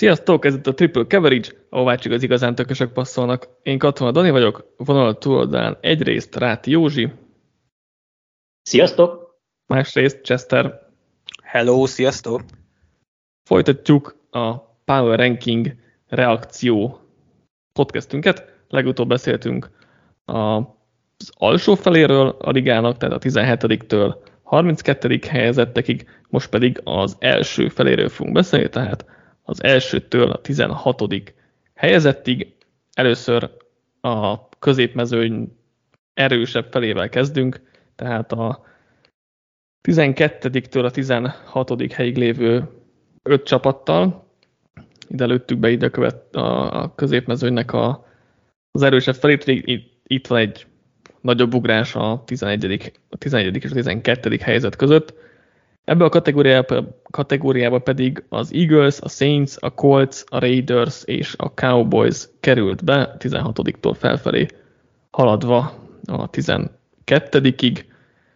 Sziasztok, ez itt a Triple Coverage, ahová csak az igazán tökösök passzolnak. Én Katona Dani vagyok, vonal túloldalán egyrészt Ráti Józsi. Sziasztok! Másrészt Chester. Hello, sziasztok! Folytatjuk a Power Ranking reakció podcastünket. Legutóbb beszéltünk az alsó feléről a ligának, tehát a 17-től 32. helyezettekig, most pedig az első feléről fogunk beszélni, tehát az elsőtől a 16. helyezettig. Először a középmezőny erősebb felével kezdünk, tehát a 12-től a 16. helyig lévő 5 csapattal. Ide lőttük be ide a középmezőnynek az erősebb felét. Itt van egy nagyobb ugrás a 11. és a 12. helyezett között. Ebbe a kategóriába pedig az Eagles, a Saints, a Colts, a Raiders és a Cowboys került be 16-tól felfelé, haladva a 12-ig.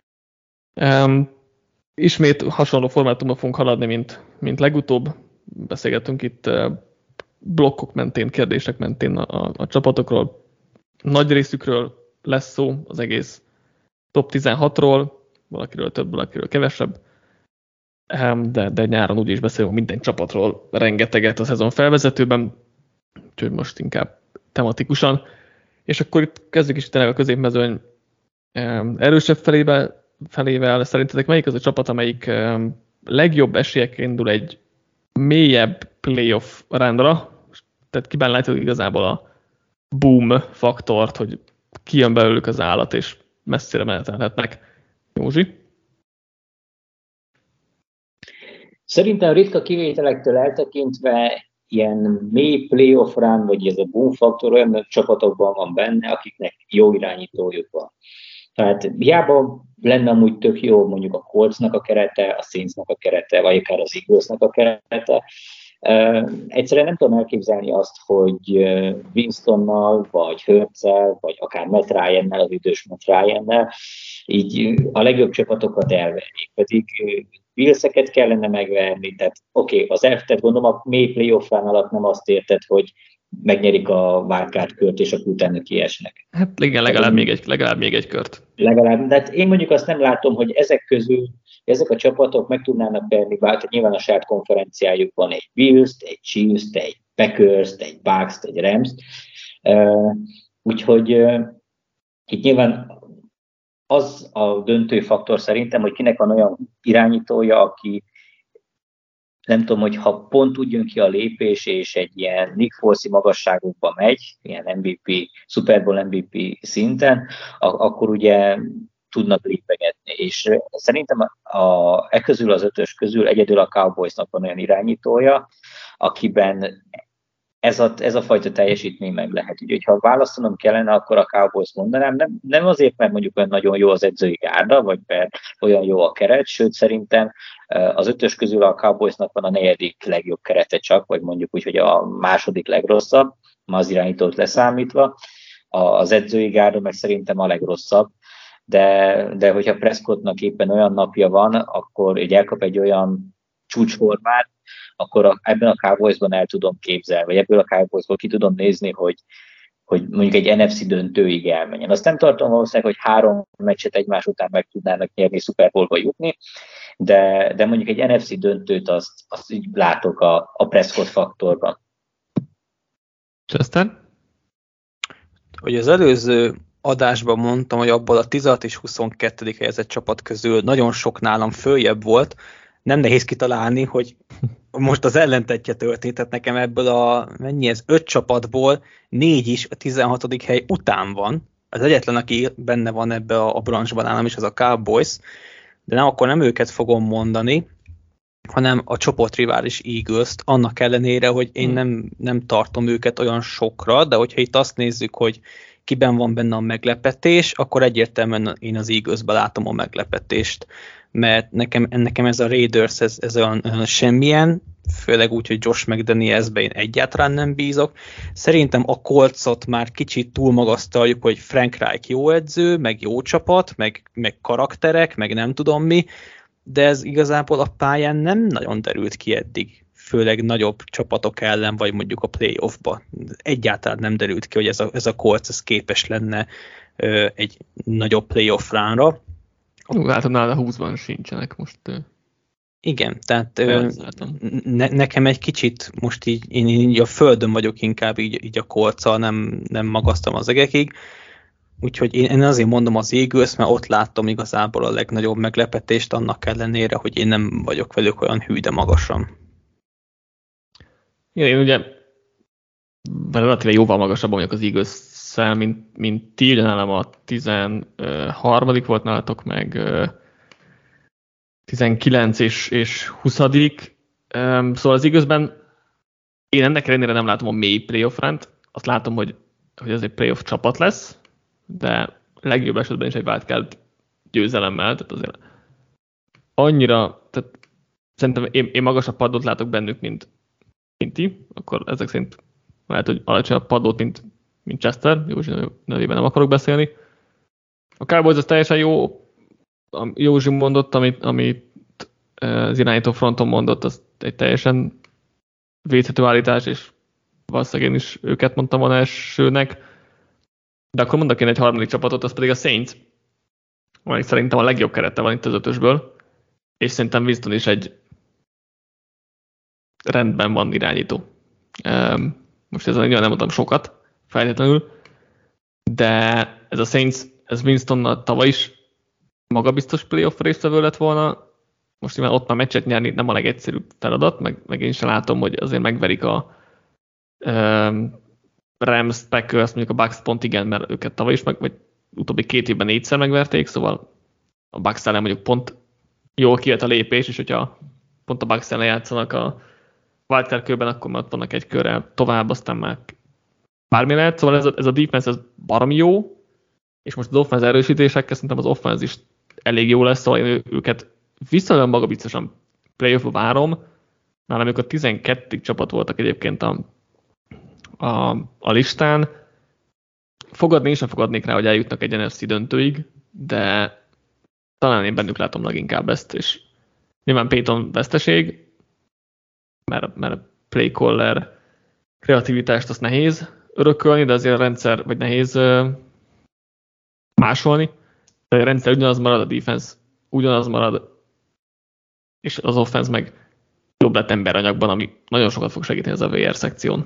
Ismét hasonló formátumban fogunk haladni, mint legutóbb. Beszélgetünk itt blokkok mentén, kérdések mentén a csapatokról. Nagy részükről lesz szó, az egész top 16-ról, valakiről több, valakiről kevesebb. De nyáron úgyis beszélünk minden csapatról rengeteget a szezon felvezetőben, úgyhogy most inkább tematikusan. És akkor itt kezdjük is tényleg a középmezőny erősebb felével. Szerintetek melyik az a csapat, amelyik legjobb esélyekkel indul egy mélyebb playoff ránra? Tehát kiben látjuk igazából a boom faktort, hogy kijön belőlük az állat, és messzire menetelhetnek. Józsi? Szerintem ritka kivételektől eltekintve ilyen mély playoff run, vagy ez a boom faktor olyan csapatokban van benne, akiknek jó irányítójuk van. Tehát hiába lenne amúgy tök jó mondjuk a Coltsnak a kerete, a Saintsnak a kerete, vagy akár az Eaglesnek a kerete. Egyszerűen nem tudom elképzelni azt, hogy Winstonnal, vagy Hurtsel, vagy akár Matt Ryannel, az idős Matt Ryannel, így a legjobb csapatokat elvernék. Pedig Billseket kellene megverni, tehát tehát gondolom a mély playoff-án alatt nem azt érted, hogy megnyerik a wildcard kört, és akkor utána kiesnek. Hát igen, legalább még egy kört. Legalább, de hát én mondjuk azt nem látom, hogy ezek közül ezek a csapatok meg tudnának verni, tehát nyilván a saját konferenciájukban egy Bills-t, egy Chiefs-t, egy Packers-t, egy Bucks-t, egy Rams-t. Úgyhogy itt nyilván az a döntő faktor szerintem, hogy kinek van olyan irányítója, aki nem tudom, hogy ha pont úgy jön ki a lépés, és egy ilyen Nick Folesi magasságokba megy, ilyen MVP, Super Bowl MVP szinten, akkor ugye tudnak lépegetni. És szerintem közül az 5-ös közül egyedül a Cowboysnak van olyan irányítója, akiben ez a fajta teljesítmény meg lehet. Úgyhogy ha választanom kellene, akkor a Cowboys mondanám. Nem azért, mert mondjuk olyan nagyon jó az edzői gárda, vagy mert olyan jó a keret, sőt szerintem az 5-ös közül a Cowboysnak van a 4. legjobb kerete csak, vagy mondjuk úgy, hogy a 2. legrosszabb, ma az irányítót leszámítva. Az edzői gárda meg szerintem a legrosszabb. De hogyha Prescottnak éppen olyan napja van, akkor elkap egy olyan csúcsformát, akkor ebben a Cowboysban el tudom képzelni, vagy ebből a Cowboysból ki tudom nézni, hogy mondjuk egy NFC döntőig elmenjen. Azt nem tartom valószínűleg, hogy 3 meccset egymás után meg tudnának nyerni, Super Bowlba jutni, de mondjuk egy NFC döntőt azt így látok a Prescott faktorban. Chester? Hogy az előző adásban mondtam, hogy abból a 16 és 22. helyezett csapat közül nagyon sok nálam följebb volt, nem nehéz kitalálni, hogy most az ellentetje történt, tehát nekem ebből 5 csapatból 4 is a 16. hely után van. Az egyetlen, aki benne van ebbe a branchban nálam is, az a Cowboys, de akkor nem őket fogom mondani, hanem a csoportrivális Eagles-t, annak ellenére, hogy én nem tartom őket olyan sokra, de hogyha itt azt nézzük, hogy kiben van benne a meglepetés, akkor egyértelműen én az Eaglesbe látom a meglepetést, mert nekem ez a Raiders, ez olyan semmilyen, főleg úgy, hogy Josh McDanielsbe én egyáltalán nem bízok. Szerintem a Coltsot már kicsit túlmagasztaljuk, hogy Frank Reich jó edző, meg jó csapat, meg karakterek, meg nem tudom mi, de ez igazából a pályán nem nagyon derült ki eddig. főleg nagyobb csapatok ellen, vagy mondjuk a playoffba. Egyáltalán nem derült ki, hogy ez a Colts ez képes lenne egy nagyobb playoff ránra. Látom, nála 20-ban sincsenek most. Igen, tehát nekem egy kicsit most én a földön vagyok inkább így a Coltszal, nem magasztam az egekig, úgyhogy én azért mondom az Eagles, mert ott láttam igazából a legnagyobb meglepetést, annak ellenére, hogy én nem vagyok velük olyan hű, de magasan. Igen, én ugye relatíve jóval magasabban vagyok az Eagles-szel, mint ti, ugyanállám a 13. volt nálatok, meg 19 és 20. Szóval az Eaglesben én ennek ellenére nem látom a mély playoff ránt, azt látom, hogy ez egy playoff csapat lesz, de legjobb esetben is egy wildcard győzelemmel, tehát azért annyira, tehát szerintem én magasabb padot látok bennük, mint ti, akkor ezek szerint lehet, hogy alacsonyabb padot, mint Chester, Józsi nevében nem akarok beszélni. A Cowboys az teljesen jó, Józsi mondott, amit az irányító fronton mondott, az egy teljesen védhető állítás, és valószínűleg én is őket mondtam volna elsőnek. De akkor mondok én egy harmadik csapatot, az pedig a Saints, amelyik szerintem a legjobb kerete van itt az ötösből, és szerintem Winston is egy rendben van irányító. Most ezen nem mondtam sokat, feltétlenül, de ez a Saints, ez Winstonnal tavaly is magabiztos playoff résztvevő lett volna. Most nyilván ott már meccset nyerni nem a legegyszerűbb feladat, meg én sem látom, hogy azért megverik a Rams, Packers, mondjuk a Bucks pont igen, mert őket tavaly is, vagy utóbbi 2 évben 4-szer megverték, szóval a Bucks ellen mondjuk pont jól kijött a lépés, és hogyha pont a Bucks ellen játszanak a wildcard körben, akkor már ott vannak egy körrel tovább, aztán már bármi lehet. Szóval ez a defense ez baromi jó, és most az offense erősítésekkel szerintem az offense is elég jó lesz, szóval én őket viszonylag magabiztosan playoffba várom. Nálam ők a 12. csapat voltak egyébként a listán. Fogadni is nem fogadnék rá, hogy eljutnak egy NFC döntőig, de talán én bennük látom leginkább ezt, és nyilván Payton veszteség, mert play caller kreativitást azt nehéz örökölni, de azért a rendszer, vagy nehéz másolni. De a rendszer ugyanaz marad, a defense ugyanaz marad, és az offense meg jobb lett emberanyagban, ami nagyon sokat fog segíteni ez a VR szekción.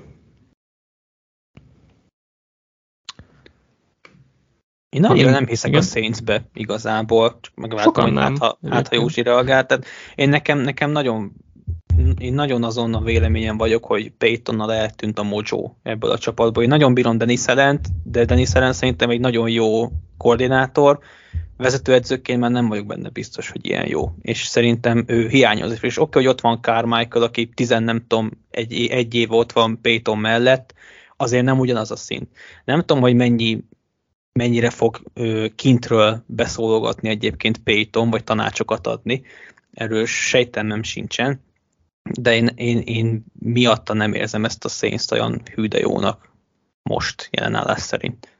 Én annyira nem hiszek igen? A Saintsbe igazából, csak megváltam, hogy hát ha Józsi reagált. Tehát nekem nagyon azon a véleményen vagyok, hogy Paytonnal eltűnt a mojo ebből a csapatból. Én nagyon bírom Dennis Allent, de Dennis Allen szerintem egy nagyon jó koordinátor. Vezetőedzőként már nem vagyok benne biztos, hogy ilyen jó. És szerintem ő hiányozik. És oké, hogy ott van Carmichael, aki egy év ott van Payton mellett, azért nem ugyanaz a szint. Nem tudom, hogy mennyire fog kintről beszólogatni egyébként Payton, vagy tanácsokat adni. Erről sejtelmem sincsen. De én miatta nem érzem ezt a Saints olyan hű de jónak most jelenállás szerint.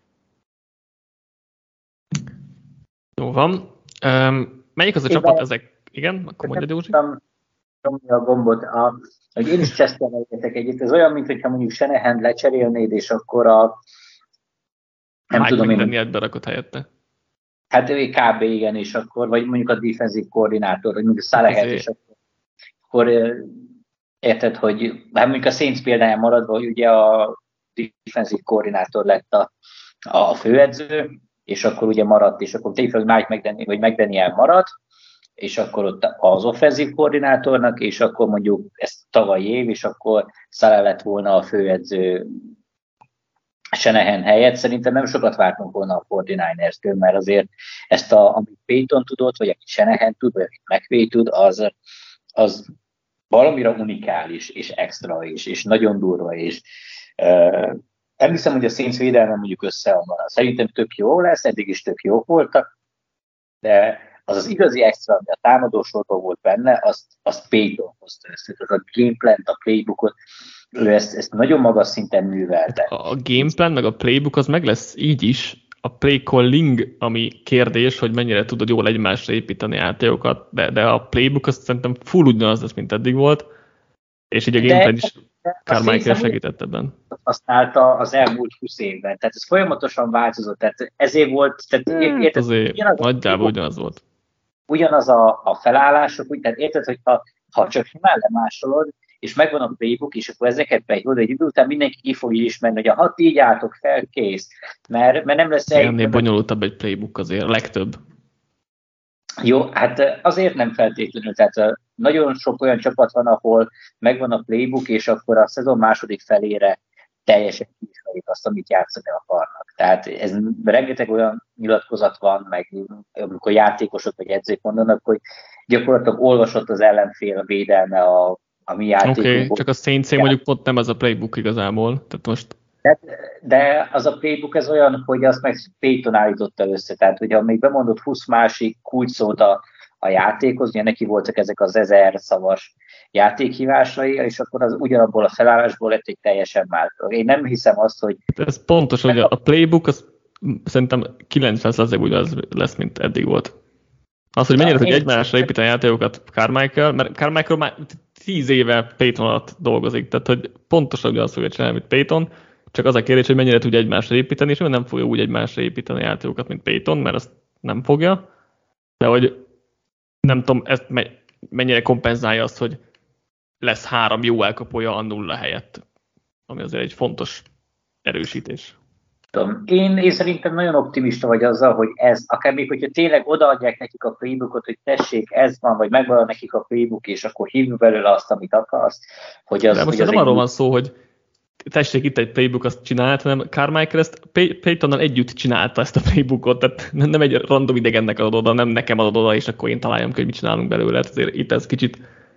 Jó van. Melyik az a csapat ezek? Igen, akkor mondja Józsi. Nyomni a gombot. Én is Chesterrel értek egyet. Ez olyan, mintha mondjuk Shanahan lecserélnéd, és akkor nem tudom én. Mike berakott helyette. Hát kb. Igen, és akkor, vagy mondjuk a defensive koordinátor, vagy mondjuk a Salahet, és akkor érted, hogy hát mondjuk a Saints példáján maradva, hogy ugye a defensive koordinátor lett a főedző, és akkor ugye maradt, és akkor tényleg McDaniel maradt, és akkor ott az offenzív koordinátornak, és akkor mondjuk ez tavalyi év, és akkor Salah lett volna a főedző Shanahan helyett. Szerintem nem sokat vártunk volna a 49ers-től, mert azért ezt amit Payton tudott, vagy amit Shanahan tud, vagy amit McVay tud, az valamira unikális, és extra is, és nagyon durva is. Nem hiszem, hogy a Saints védelme mondjuk összeomlana. Szerintem tök jó lesz, eddig is tök jók voltak, de az igazi extra, ami a támadósorban volt benne, azt Payton hozta össze. Az a gameplant, a playbookot, ő ezt nagyon magas szinten művelte. A gameplan meg a playbook az meg lesz így is. A play calling, ami kérdés, hogy mennyire tudod jól egymásra építeni játékokat, de a playbook azt szerintem full ugyanaz lesz, mint eddig volt. És így a gameplay is Carmichael segített ebben. Használta az elmúlt 20 évben, tehát ez folyamatosan változott, tehát ezért volt... Tehát, azért nagyjából ugyanaz volt. Ugyanaz a felállások, úgy, tehát érted, hogy ha csak simán lemásolod, és megvan a playbook, és akkor ezeket beírod, egy idő után mindenki ki fogja ismerni, hogy ha így álltok fel, kész. Mert nem lesz egy... Ennél bonyolultabb egy playbook azért, a legtöbb. Jó, hát azért nem feltétlenül, tehát nagyon sok olyan csapat van, ahol megvan a playbook, és akkor a szezon második felére teljesen kiismerik azt, amit játszani akarnak. Tehát ez rengeteg olyan nyilatkozat van, meg amikor játékosok vagy edzők mondanak, hogy gyakorlatilag olvasott az ellenfél védelme a mi játékunkból. Oké, csak a Saints-én mondjuk pont nem ez a playbook igazából. Tehát most... De az a playbook ez olyan, hogy azt meg Payton állította össze. Tehát, hogyha még bemondott 20 másik kulcsszót a játékhoz, ugye neki voltak ezek az 1000 szavas játékhívásai, és akkor az ugyanabból a felállásból lett egy teljesen más. Én nem hiszem azt, hogy... Ez pontos, hogy a playbook az szerintem 90% ugyanaz lesz, mint eddig volt. Az, hogy mennyire tudja egymásra építeni a játékokat Carmichael, mert Carmichael már 10 éve Payton alatt dolgozik, tehát hogy pontosan ugyanazt fogja csinálni, mint Payton, csak az a kérdés, hogy mennyire tudja egymásra építeni, és ő nem fogja úgy egymásra építeni a játékokat, mint Payton, mert azt nem fogja, de hogy nem tudom, ezt mennyire kompenzálja azt, hogy lesz 3 jó elkapója a 0 helyett, ami azért egy fontos erősítés. Én szerintem nagyon optimista vagy azzal, hogy ez, akár még hogyha tényleg odaadják nekik a playbookot, hogy tessék, ez van, vagy megvan nekik a playbook, és akkor hívjuk belőle azt, amit akarsz. Hogy az, de most hogy nem arról van szó, hogy tessék, itt egy playbook, azt csinált, hanem Carmichael ezt Paytonnal együtt csinálta ezt a playbookot, tehát nem egy random idegennek adod oda, nem nekem adod oda, és akkor én találjam ki, hogy mit csinálunk belőle. Azért itt ez kicsit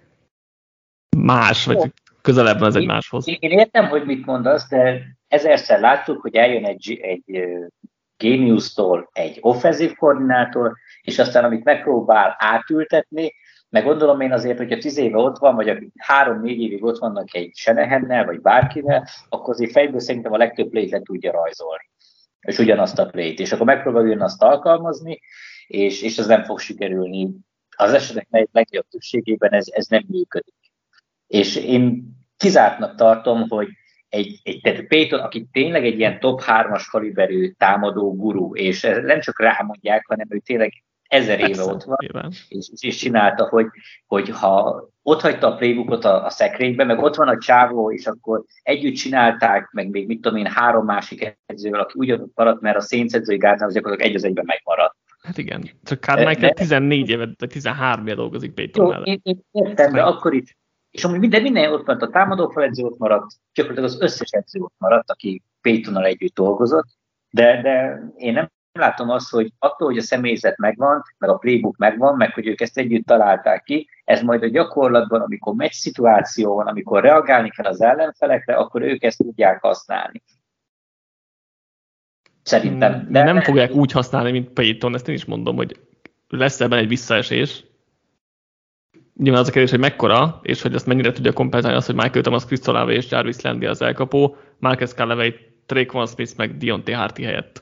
más, vagy közelebb van ez egymáshoz. Én értem, hogy mit mondasz, de ezerszer láttuk, hogy eljön egy Genius-tól egy offenzív koordinátor, és aztán amit megpróbál átültetni, meg gondolom én azért, hogyha 10 éve ott van, vagy 3-4 évig ott vannak egy Shanahannel, vagy bárkivel, akkor azért fejből szerintem a legtöbb play-t le tudja rajzolni. És ugyanazt a play-t. És akkor megpróbáljon azt alkalmazni, és ez nem fog sikerülni. Az esetek legjobb többségében ez nem működik. És én kizártnak tartom, hogy tehát Payton, aki tényleg egy ilyen top 3-as kaliberű támadó guru, és nem csak rámondják, hanem ő tényleg 1000 éve ott van, és csinálta, hogy ha ott hagyta a playbookot a szekrénybe, meg ott van a csávó, és akkor együtt csinálták, meg még mit tudom én, 3 másik edzővel, aki ugyanúgy maradt, mert a Saints edzői gárdán az gyakorlatilag egy az egyben megmaradt. Hát igen, csak Carmichael 14 éve, vagy 13 éve dolgozik Payton mellett. Én értem, de akkor is. És amúgy minden ott maradt, a támadófal edző ott maradt, gyakorlatilag az összes edző ott maradt, aki Paytonnal együtt dolgozott, de én nem látom azt, hogy attól, hogy a személyzet megvan, meg a playbook megvan, meg hogy ők ezt együtt találták ki, ez majd a gyakorlatban, amikor meccs szituáció van, amikor reagálni kell az ellenfelekre, akkor ők ezt tudják használni. Szerintem. De nem fogják úgy használni, mint Payton, ezt én is mondom, hogy lesz ebben egy visszaesés. Nyilván az a kérdés, hogy mekkora, és hogy azt mennyire tudja kompenzálni azt, hogy Michael Thomas, Chris Olave és Jarvis Landry az elkapó, Marcus Callaway, Tre'Quan Smith meg Deontay Harty helyett.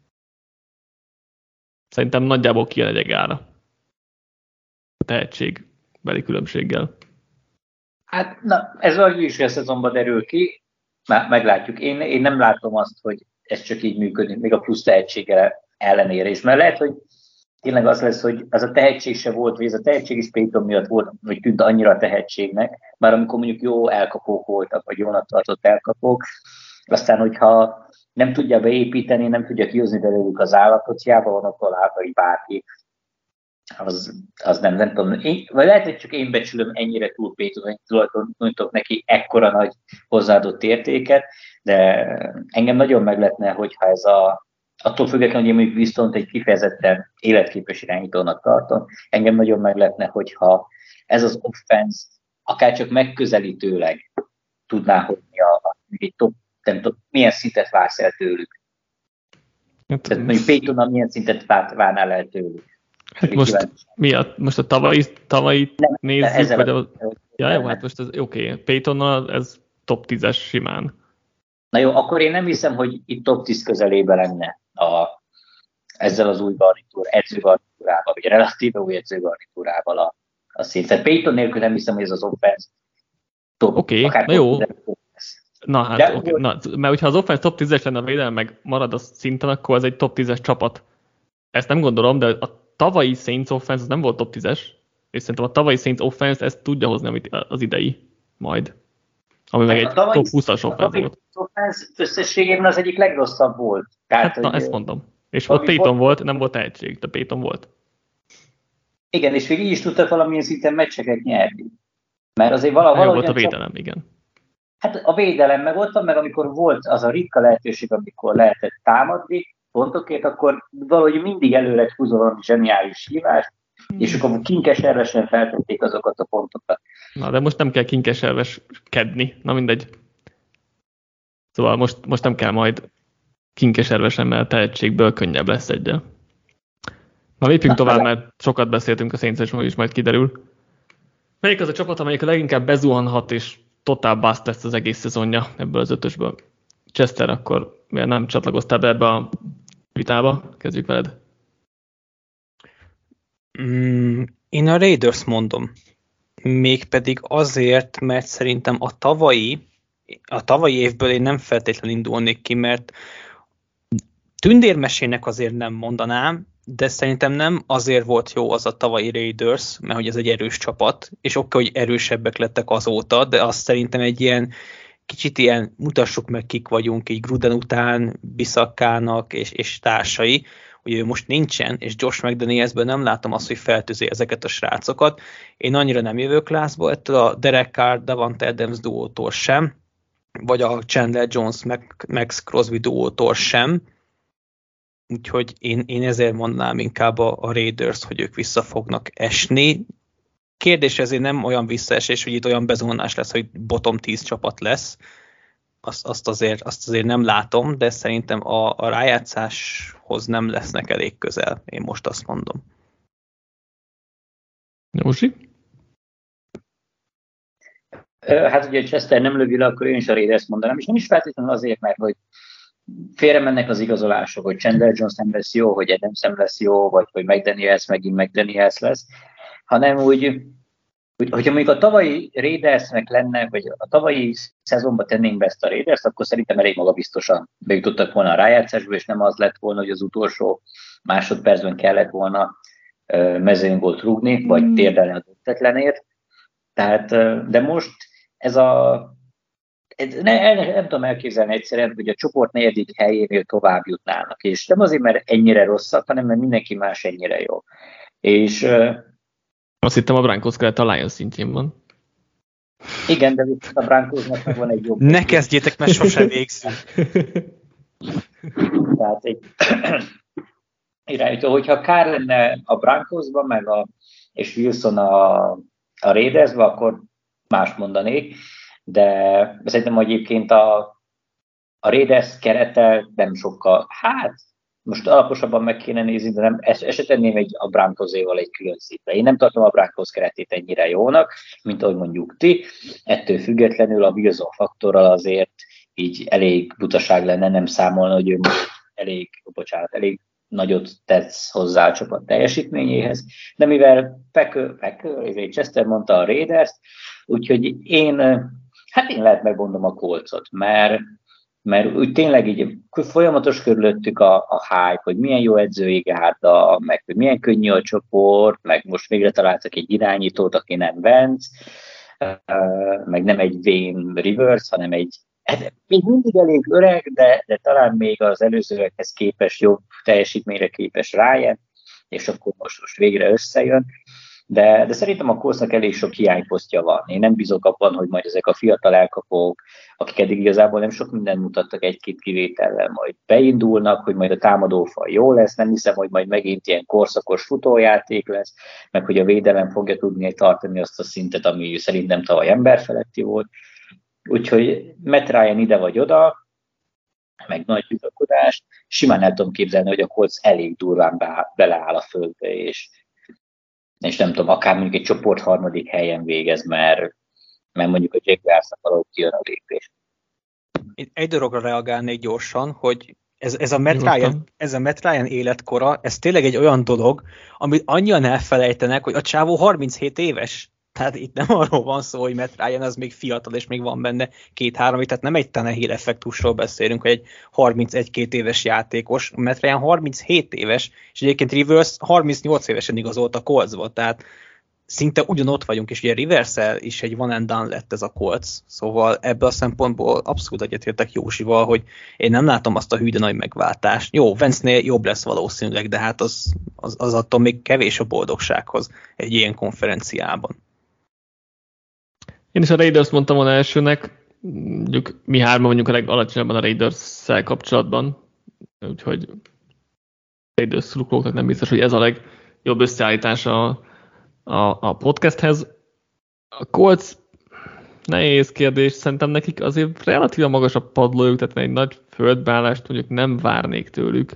Szerintem nagyjából kijön egy egára a tehetségbeli különbséggel. Hát, na, ez a jövő szezonban derül ki, már meglátjuk. Én nem látom azt, hogy ez csak így működik, még a plusz tehetséggel ellenére is. Mert lehet, hogy tényleg az lesz, hogy az a tehetség se volt, vagy ez a tehetség is Payton miatt volt, vagy tűnt annyira tehetségnek, már amikor mondjuk jó elkapók voltak, vagy jónak tartott elkapók, aztán, hogyha nem tudja beépíteni, nem tudja kihozni belőlük az állatot, hiába van attól által bárki. Az nem tudom. Vagy lehet, hogy csak én becsülöm ennyire túl Payton, hogy tulajdonítok neki ekkora nagy hozzáadott értéket, de engem nagyon meglepne, hogyha ez attól függetlenül, hogy mondjuk viszont egy kifejezetten életképes irányítónak tartom, engem nagyon meglepne, hogyha ez az offense akár csak megközelítőleg tudná hozni egy top, nem tudom, milyen szintet vársz el tőlük. Hát, tehát mondjuk Paytonnal milyen szintet várnál el tőlük. Hát most a tavalyi nézzük, vagy jó, hát most ez oké. Paytonnal ez top 10-es simán. Na jó, akkor én nem hiszem, hogy itt top 10 közelébe lenne ezzel az új edzőgarnitúrával, vagy relatíve új edzőgarnitúrával a szint. Tehát Payton nélkül nem hiszem, hogy ez az offense Oké, na jó. Na hát, oké. Na, mert hogyha az offense top 10-es lenne a védelem, meg marad a szinten, akkor ez egy top 10-es csapat. Ezt nem gondolom, de a tavalyi Saints offense az nem volt top 10-es, és szerintem a tavalyi Saints offense ezt tudja hozni az idei majd. Ami meg egy top 20-as offense volt. A offense összességében az egyik legrosszabb volt. Tehát, hát na, ezt mondom. És ott Peyton volt, nem volt tehetség, de Peyton volt. Igen, és még így is tudtak valamilyen szinten meccseket nyerni. Mert azért valahogy volt a védelem, igen. Hát a védelem meg ott van, meg amikor volt az a ritka lehetőség, amikor lehetett támadni pontokért, akkor valahogy mindig elő lett húzva valami zseniális hívás, és akkor kinkeservesen feltették azokat a pontokat. Na, de most nem kell kinkeserveskedni, na mindegy. Szóval most nem kell majd kinkeservesen, mert a tehetségből könnyebb lesz egyel. Na lépjünk tovább, mert sokat beszéltünk a Saints-esről, is majd kiderül. Melyik az a csapat, amelyik a leginkább bezuhanhat, és totál bust lesz az egész szezonja ebből az ötösből? Chester, akkor miért nem csatlakoztál be ebbe a vitába? Kezdjük veled. Én a Raiders mondom. Mégpedig azért, mert szerintem a tavalyi évből én nem feltétlenül indulnék ki, mert tündérmesének azért nem mondanám, de szerintem nem azért volt jó az a tavalyi Raiders, mert hogy ez egy erős csapat, és oké, hogy erősebbek lettek azóta, de azt szerintem egy ilyen kicsit ilyen mutassuk meg kik vagyunk, így Gruden után, Bisackának és társai, hogy ő most nincsen, és Josh McDanielsben nem látom azt, hogy feltűzi ezeket a srácokat. Én annyira nem jövök lázba ettől a Derek Carr, Davante Adams duótól sem, vagy a Chandler Jones, Max Crosby duótól sem. Úgyhogy én ezért mondanám inkább a Raiders, hogy ők vissza fognak esni. Kérdés ezért nem olyan visszaesés, hogy itt olyan bezonás lesz, hogy bottom 10 csapat lesz. Azt azért nem látom, de szerintem a rájátszáshoz nem lesznek elég közel. Én most azt mondom. Józsi? Hát ugye Chester nem lövi le, akkor én is a Raiders mondanám, és nem is feltétlenül azért, mert hogy félre mennek az igazolások, hogy Chandler Jones nem lesz jó, hogy Adams nem lesz jó, vagy hogy McDaniels megint McDaniels lesz, hanem úgy, hogyha mondjuk a tavalyi Raidersnek lenne, vagy a tavalyi szezonban tennénk be ezt a Raiders, akkor szerintem elég magabiztosan bejutottak volna a rájátszásba, és nem az lett volna, hogy az utolsó másodpercben kellett volna mezőnygolt rúgni, vagy térdelni a döntetlenért. Tehát, de most ez nem tudom elképzelni egyszerűen, hogy a csoport 4. helyénél tovább jutnának. És nem azért, mert ennyire rosszak, hanem mert mindenki más ennyire jó. És azt hittem a Broncos kellett a Lions szintjén van. Igen, de a Broncosnak meg van egy jobb. Ne kezdjétek, mert sosem végzünk. Tehát egy irányító, hogyha Carr lenne a Broncosban, és Wilson a Raidersben, akkor más mondanék. De szerintem egyébként a Raiders kerete nem sokkal, most alaposabban meg kéne nézni, de nem, esetleg tenném a Broncos-éval egy külön szintre. Én nem tartom a Broncos keretét ennyire jónak, mint ahogy mondjuk ti. Ettől függetlenül a Wilson faktorral azért így elég butaság lenne nem számolni, hogy ő elég nagyot tesz hozzá a csapat teljesítményéhez. De mivel Chester mondta a Raiders-t, úgyhogy én lehet megmondom a Coltsot, mert úgy tényleg így folyamatos körülöttük a hype, hogy milyen jó edzői gárda, meg hogy milyen könnyű a csoport, meg most végre találtak egy irányítót, aki nem Vance, meg nem egy Wayne Rivers, hanem még mindig elég öreg, de talán még az előzőekhez képest jobb teljesítményre képes Ryan, és akkor most végre összejön. De szerintem a Coltsnak elég sok hiányposztja van. Én nem bízok abban, hogy majd ezek a fiatal elkapók, akik eddig igazából nem sok mindent mutattak egy-két kivétellel, majd beindulnak, hogy majd a támadófal jó lesz, nem hiszem, hogy majd megint ilyen korszakos futójáték lesz, meg hogy a védelem fogja tudni tartani azt a szintet, ami szerintem tavaly emberfeletti volt. Úgyhogy Matt Ryan ide vagy oda, meg nagy bizakodást, simán el tudom képzelni, hogy a Colts elég durván beleáll a földbe, és nem tudom, akár mondjuk egy csoport 3. helyen végez, mert mondjuk a Jaguarsnak valahogy kijön a lépés. Én egy dologra reagálnék gyorsan, hogy ez a Matt Ryan életkora, ez tényleg egy olyan dolog, amit annyian elfelejtenek, hogy a csávó 37 éves. Tehát itt nem arról van szó, hogy Matt Ryan az még fiatal, és még van benne 2-3 év, tehát nem egy Tannehill effektusról beszélünk, hogy egy 31-2 éves játékos. Matt Ryan 37 éves, és egyébként Rivers 38 évesen igazolt a Coltsba, tehát szinte ugyanott vagyunk, és ugye Rivers-el is egy one and done lett ez a Colts, szóval ebből a szempontból abszolút egyetértek Józsival, hogy én nem látom azt a hű de nagy megváltást. Jó, Vance-nél jobb lesz valószínűleg, de hát az attól még kevés a boldogsághoz egy ilyen konferenciában. Én is a Raiders mondtam volna elsőnek, mondjuk mi hárman vagyunk a legalacsonyabban a Raiders-szel kapcsolatban, úgyhogy Raiders szurkolóknak nem biztos, hogy ez a legjobb összeállítás a podcasthez. A Colts nehéz kérdés, szerintem nekik azért relatíve magas a padlójuk, tehát egy nagy földbeállást mondjuk nem várnék tőlük.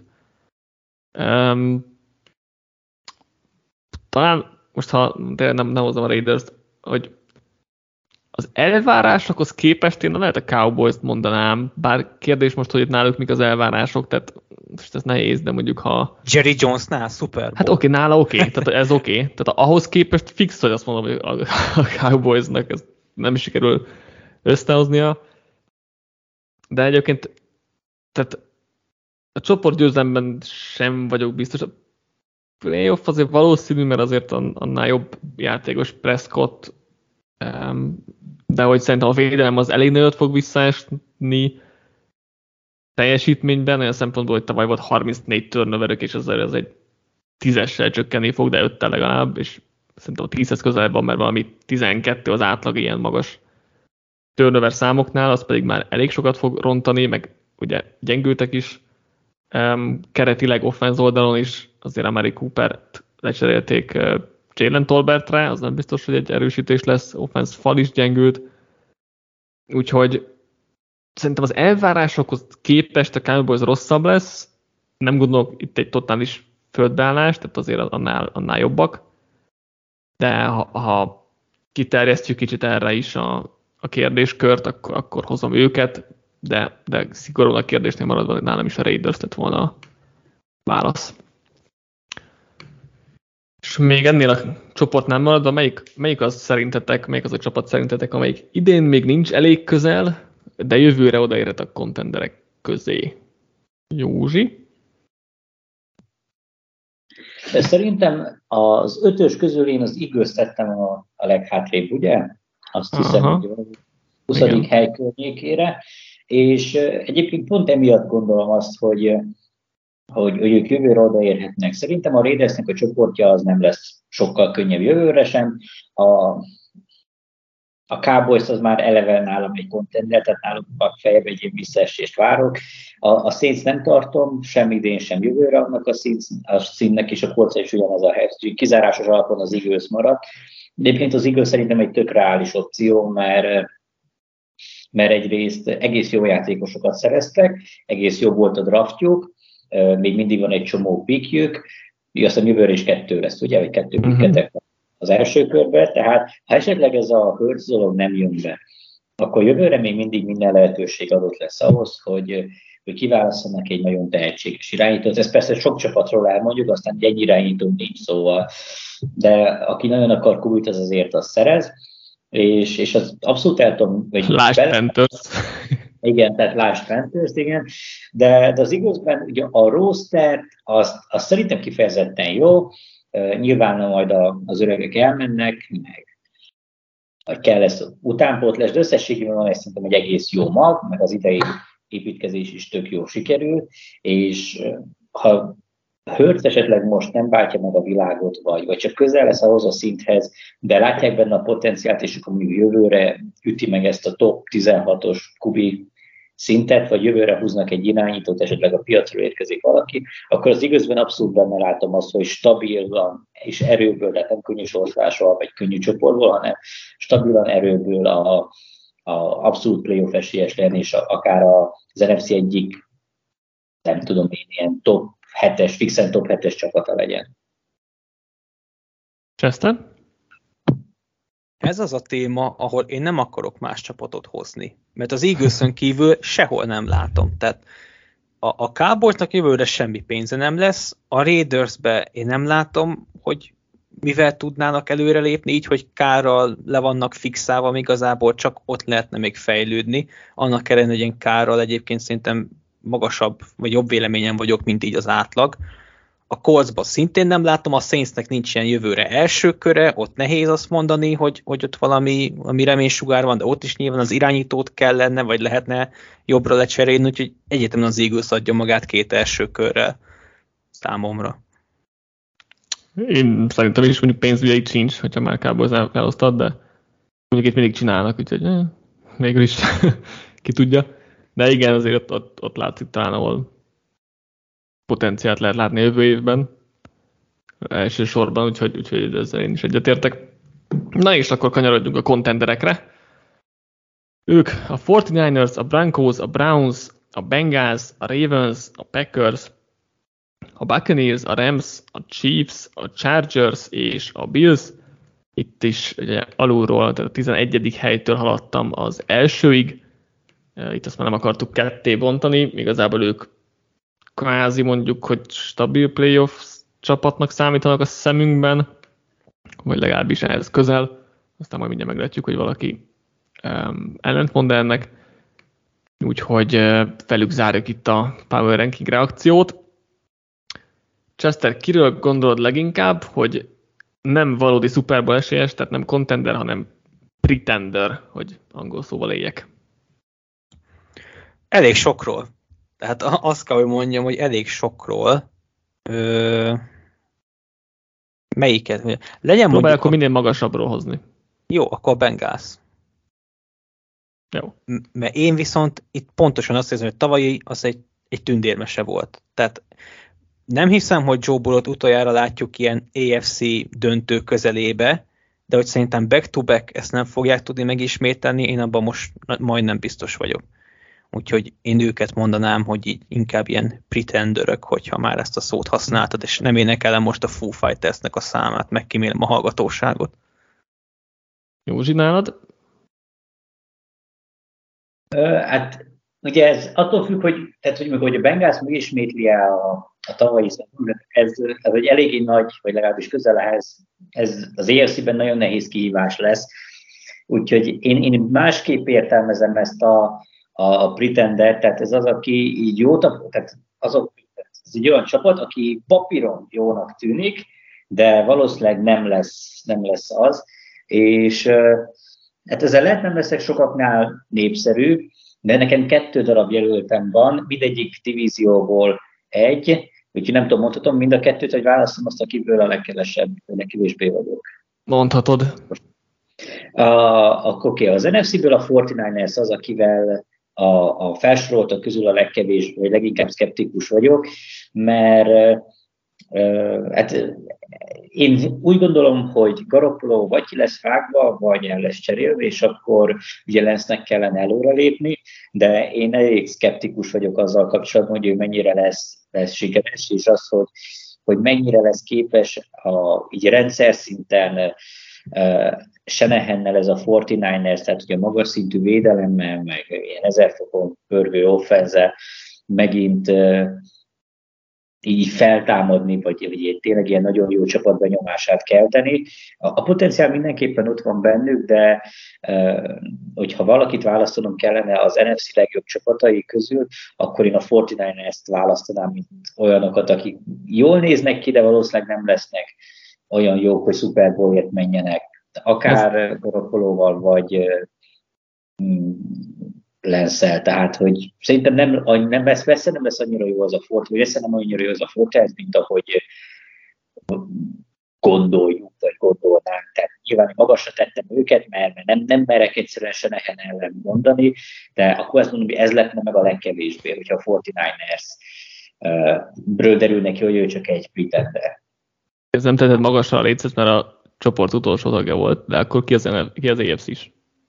Talán most, ha nem hozom a Raiders-t, hogy az elvárásokhoz képest én lehet a Cowboys-t mondanám, bár kérdés most, hogy itt náluk mik az elvárások, tehát most ez nehéz, de mondjuk ha... Jerry Jonesnál Super Bowl. Hát oké, nála oké, tehát ez oké. Tehát ahhoz képest fix, hogy azt mondom, hogy a Cowboysnak ez nem sikerül összehoznia. De egyébként tehát a csoportgyőzelemben sem vagyok biztos. A playoff azért valószínű, mert azért annál jobb játékos Prescott, de hogy szerintem a védelem az elég nagyot fog visszaesni teljesítményben, olyan szempontból, hogy tavaly volt 34 turnoverök, és azért ez egy 10-essel csökkenni fog, de 5-tel legalább, és szerintem a 10-hez közel van, mert valami 12 az átlag ilyen magas turnover számoknál, az pedig már elég sokat fog rontani, meg ugye gyengültek is keretileg offense oldalon is, azért Amari Coopert lecserélték Jalen Tolbertre, az nem biztos, hogy egy erősítés lesz, offense fal is gyengült, úgyhogy szerintem az elvárásokhoz képest a Cowboys rosszabb lesz, nem gondolok itt egy totális földbeállás, tehát azért annál jobbak, de ha kiterjesztjük kicsit erre is a kérdéskört, akkor hozom őket, de szigorúan a kérdésnél maradva, hogy nálam is a Raiders lett volna a válasz. És még ennél a csoportnál maradva, melyik az a csapat szerintetek, amelyik idén még nincs elég közel, de jövőre odaérhet a contenderek közé? Józsi? De szerintem az 5-ös közül én az Eagles tettem a leghátrébb, ugye? Azt hiszem, hogy a 20. hely környékére. És egyébként pont emiatt gondolom azt, hogy ők jövőre odaérhetnek. Szerintem a Raidersnek a csoportja az nem lesz sokkal könnyebb jövőre sem. A Cowboys az már eleve nálam egy contender, tehát nálam feljebb egy visszaesést várok. A Saints nem tartom, sem idén, sem jövőre annak a színnek, és a Colts is ugyanaz a helyzet. Kizárásos alapon az Eagles maradt. Egyébként az Eagles szerintem egy tök reális opció, mert egyrészt egész jó játékosokat szereztek, egész jó volt a draftjuk, még mindig van egy csomó pickjük, aztán jövőre is 2 lesz, ugye, vagy 2 picketek az első körben, tehát ha esetleg ez a Hurts dolog nem jön be, akkor jövőre még mindig minden lehetőség adott lesz ahhoz, hogy kiválasszanak egy nagyon tehetséges irányítót. Ez persze sok csapatról elmondjuk, aztán egy irányító nincs, szóval, de aki nagyon akar kubit, az azért azt szerez, és az abszolút el tudom, hogy... Lásd Panthers. Igen, tehát lásd Panthers, igen. De az igazban ugye a roster, az szerintem kifejezetten jó. Nyilván majd az öregek elmennek, meg kell lesz utánpótlás, de összességében van szerintem egy egész jó mag, meg az idei építkezés is tök jó sikerült, és ha Hurts esetleg most nem váltja meg a világot, vagy csak közel lesz ahhoz a szinthez, de látják benne a potenciált, és akkor mondjuk jövőre üti meg ezt a top 16-os kubi szintet, vagy jövőre húznak egy irányítót, esetleg a piacról érkezik valaki, akkor az igazban abszolút benne látom azt, hogy stabilan és erőből, de nem könnyű sorsvásról, vagy könnyű csoportból, hanem stabilan erőből a abszolút playoff esélyes lenni, és akár az NFC egyik, nem tudom én, ilyen top 7-es, fixen top 7-es csapata legyen. Chester? Ez az a téma, ahol én nem akarok más csapatot hozni, mert az Eaglesen kívül sehol nem látom. Tehát a Cowboysnak jövőre semmi pénze nem lesz, a Raidersbe én nem látom, hogy mivel tudnának előrelépni, így, hogy Kárral le vannak fixálva, igazából csak ott lehetne még fejlődni. Annak ellenére, hogy én Kárral egyébként szerintem magasabb, vagy jobb véleményen vagyok, mint így az átlag. A Coltsban szintén nem látom, a Saintsnek nincs ilyen jövőre első köre, ott nehéz azt mondani, hogy ott valami reménysugár van, de ott is nyilván az irányítót kellene, vagy lehetne jobbra lecserélni, úgyhogy egyetemen az Eagles adja magát 2 első körrel számomra. Én szerintem is mondjuk pénzügyeik sincs, hogyha már Cowboys elosztad, de mondjuk itt mindig csinálnak, úgyhogy végül is ki tudja. De igen, azért ott látszik talán, ahol potenciált lehet látni jövő évben elsősorban, úgyhogy ezzel én is egyetértek. Na és akkor kanyarodjunk a contenderekre. Ők a 49ers, a Broncos, a Browns, a Bengals, a Ravens, a Packers, a Buccaneers, a Rams, a Chiefs, a Chargers és a Bills. Itt is ugye alulról, tehát a 11. helytől haladtam az elsőig. Itt azt már nem akartuk ketté bontani, igazából ők kvázi mondjuk, hogy stabil playoff csapatnak számítanak a szemünkben, vagy legalábbis ehhez közel. Aztán majd mindjárt meglátjuk, hogy valaki ellentmond ennek. Úgyhogy velük zárjuk itt a Power Ranking reakciót. Chester, kiről gondolod leginkább, hogy nem valódi Super Bowl esélyes, tehát nem contender, hanem pretender, hogy angol szóval éljek? Elég sokról. Tehát azt kell, hogy mondjam, hogy elég sokról. Melyiket? Legyen próbálj akkor minél magasabbról hozni. Jó, akkor a Bengals. Jó. Mert én viszont itt pontosan azt érzem, hogy tavalyi az egy tündérmese volt. Tehát nem hiszem, hogy Joe Burrowt utoljára látjuk ilyen AFC döntő közelébe, de hogy szerintem back-to-back ezt nem fogják tudni megismételni, én abban most majdnem biztos vagyok. Úgyhogy én őket mondanám, hogy így inkább ilyen pretenderök, hogyha már ezt a szót használtad, és nem énekelem most a Foo Fightersnek a számát, megkímélem a hallgatóságot. Józsi, nálad? Hát ugye ez attól függ, hogy a Bengals megismétli a tavalyi szezonban, ez egy eléggé nagy, vagy legalábbis közel ehhez, ez az AFC-ben nagyon nehéz kihívás lesz. Úgyhogy én másképp értelmezem ezt a pretender, tehát ez az, aki így tehát ez egy olyan csapat, aki papíron jónak tűnik, de valószínűleg nem lesz az. És hát ezzel lehet nem leszek sokaknál népszerű, de nekem 2 darab jelöltem van, mindegyik divízióból egy, úgyhogy nem tudom, mondhatom mind a 2-t, hogy választom azt, akiből a legkevésbé vagyok. Mondhatod. Oké, az NFC-ből a 49ers az, akivel a felsoroltak közül a legkevésbé, vagy leginkább szkeptikus vagyok, mert hát én úgy gondolom, hogy Garoppolo vagy ki lesz vágva, vagy el lesz cserélve, és akkor ugye Lance-nek kellene előrelépni, de én elég szkeptikus vagyok azzal kapcsolatban, hogy ő mennyire lesz sikeres, és az, hogy mennyire lesz képes így rendszer szinten Shanahannel ez a 49ers, tehát ugye magas szintű védelemmel, meg ilyen 1000 fokon pörgő offense megint így feltámadni, vagy tényleg ilyen nagyon jó csapatban nyomását kelteni. A potenciál mindenképpen ott van bennük, de hogyha valakit választanom kellene az NFC legjobb csapatai közül, akkor én a 49ers-t választanám, mint olyanokat, akik jól néznek ki, de valószínűleg nem lesznek olyan jók, hogy Super Bowl-ért menjenek. Akár Garoppolóval, vagy Lenszel, tehát hogy szerintem nem lesz annyira jó az a Fort, vagy nem annyira jó az a Fortress, mint ahogy gondoljuk, vagy gondolnánk. Tehát nyilván magasra tettem őket, mert nem merek egyszerűen Shanahan ellen mondani, de akkor azt mondom, hogy ez lehetne meg a legkevésbé, hogyha a 49ers bről derül neki, hogy ő csak egy pretender. Ez nem tetted magasra a lécet, mert a csoport utolsó tagja volt, de akkor ki az AFC is?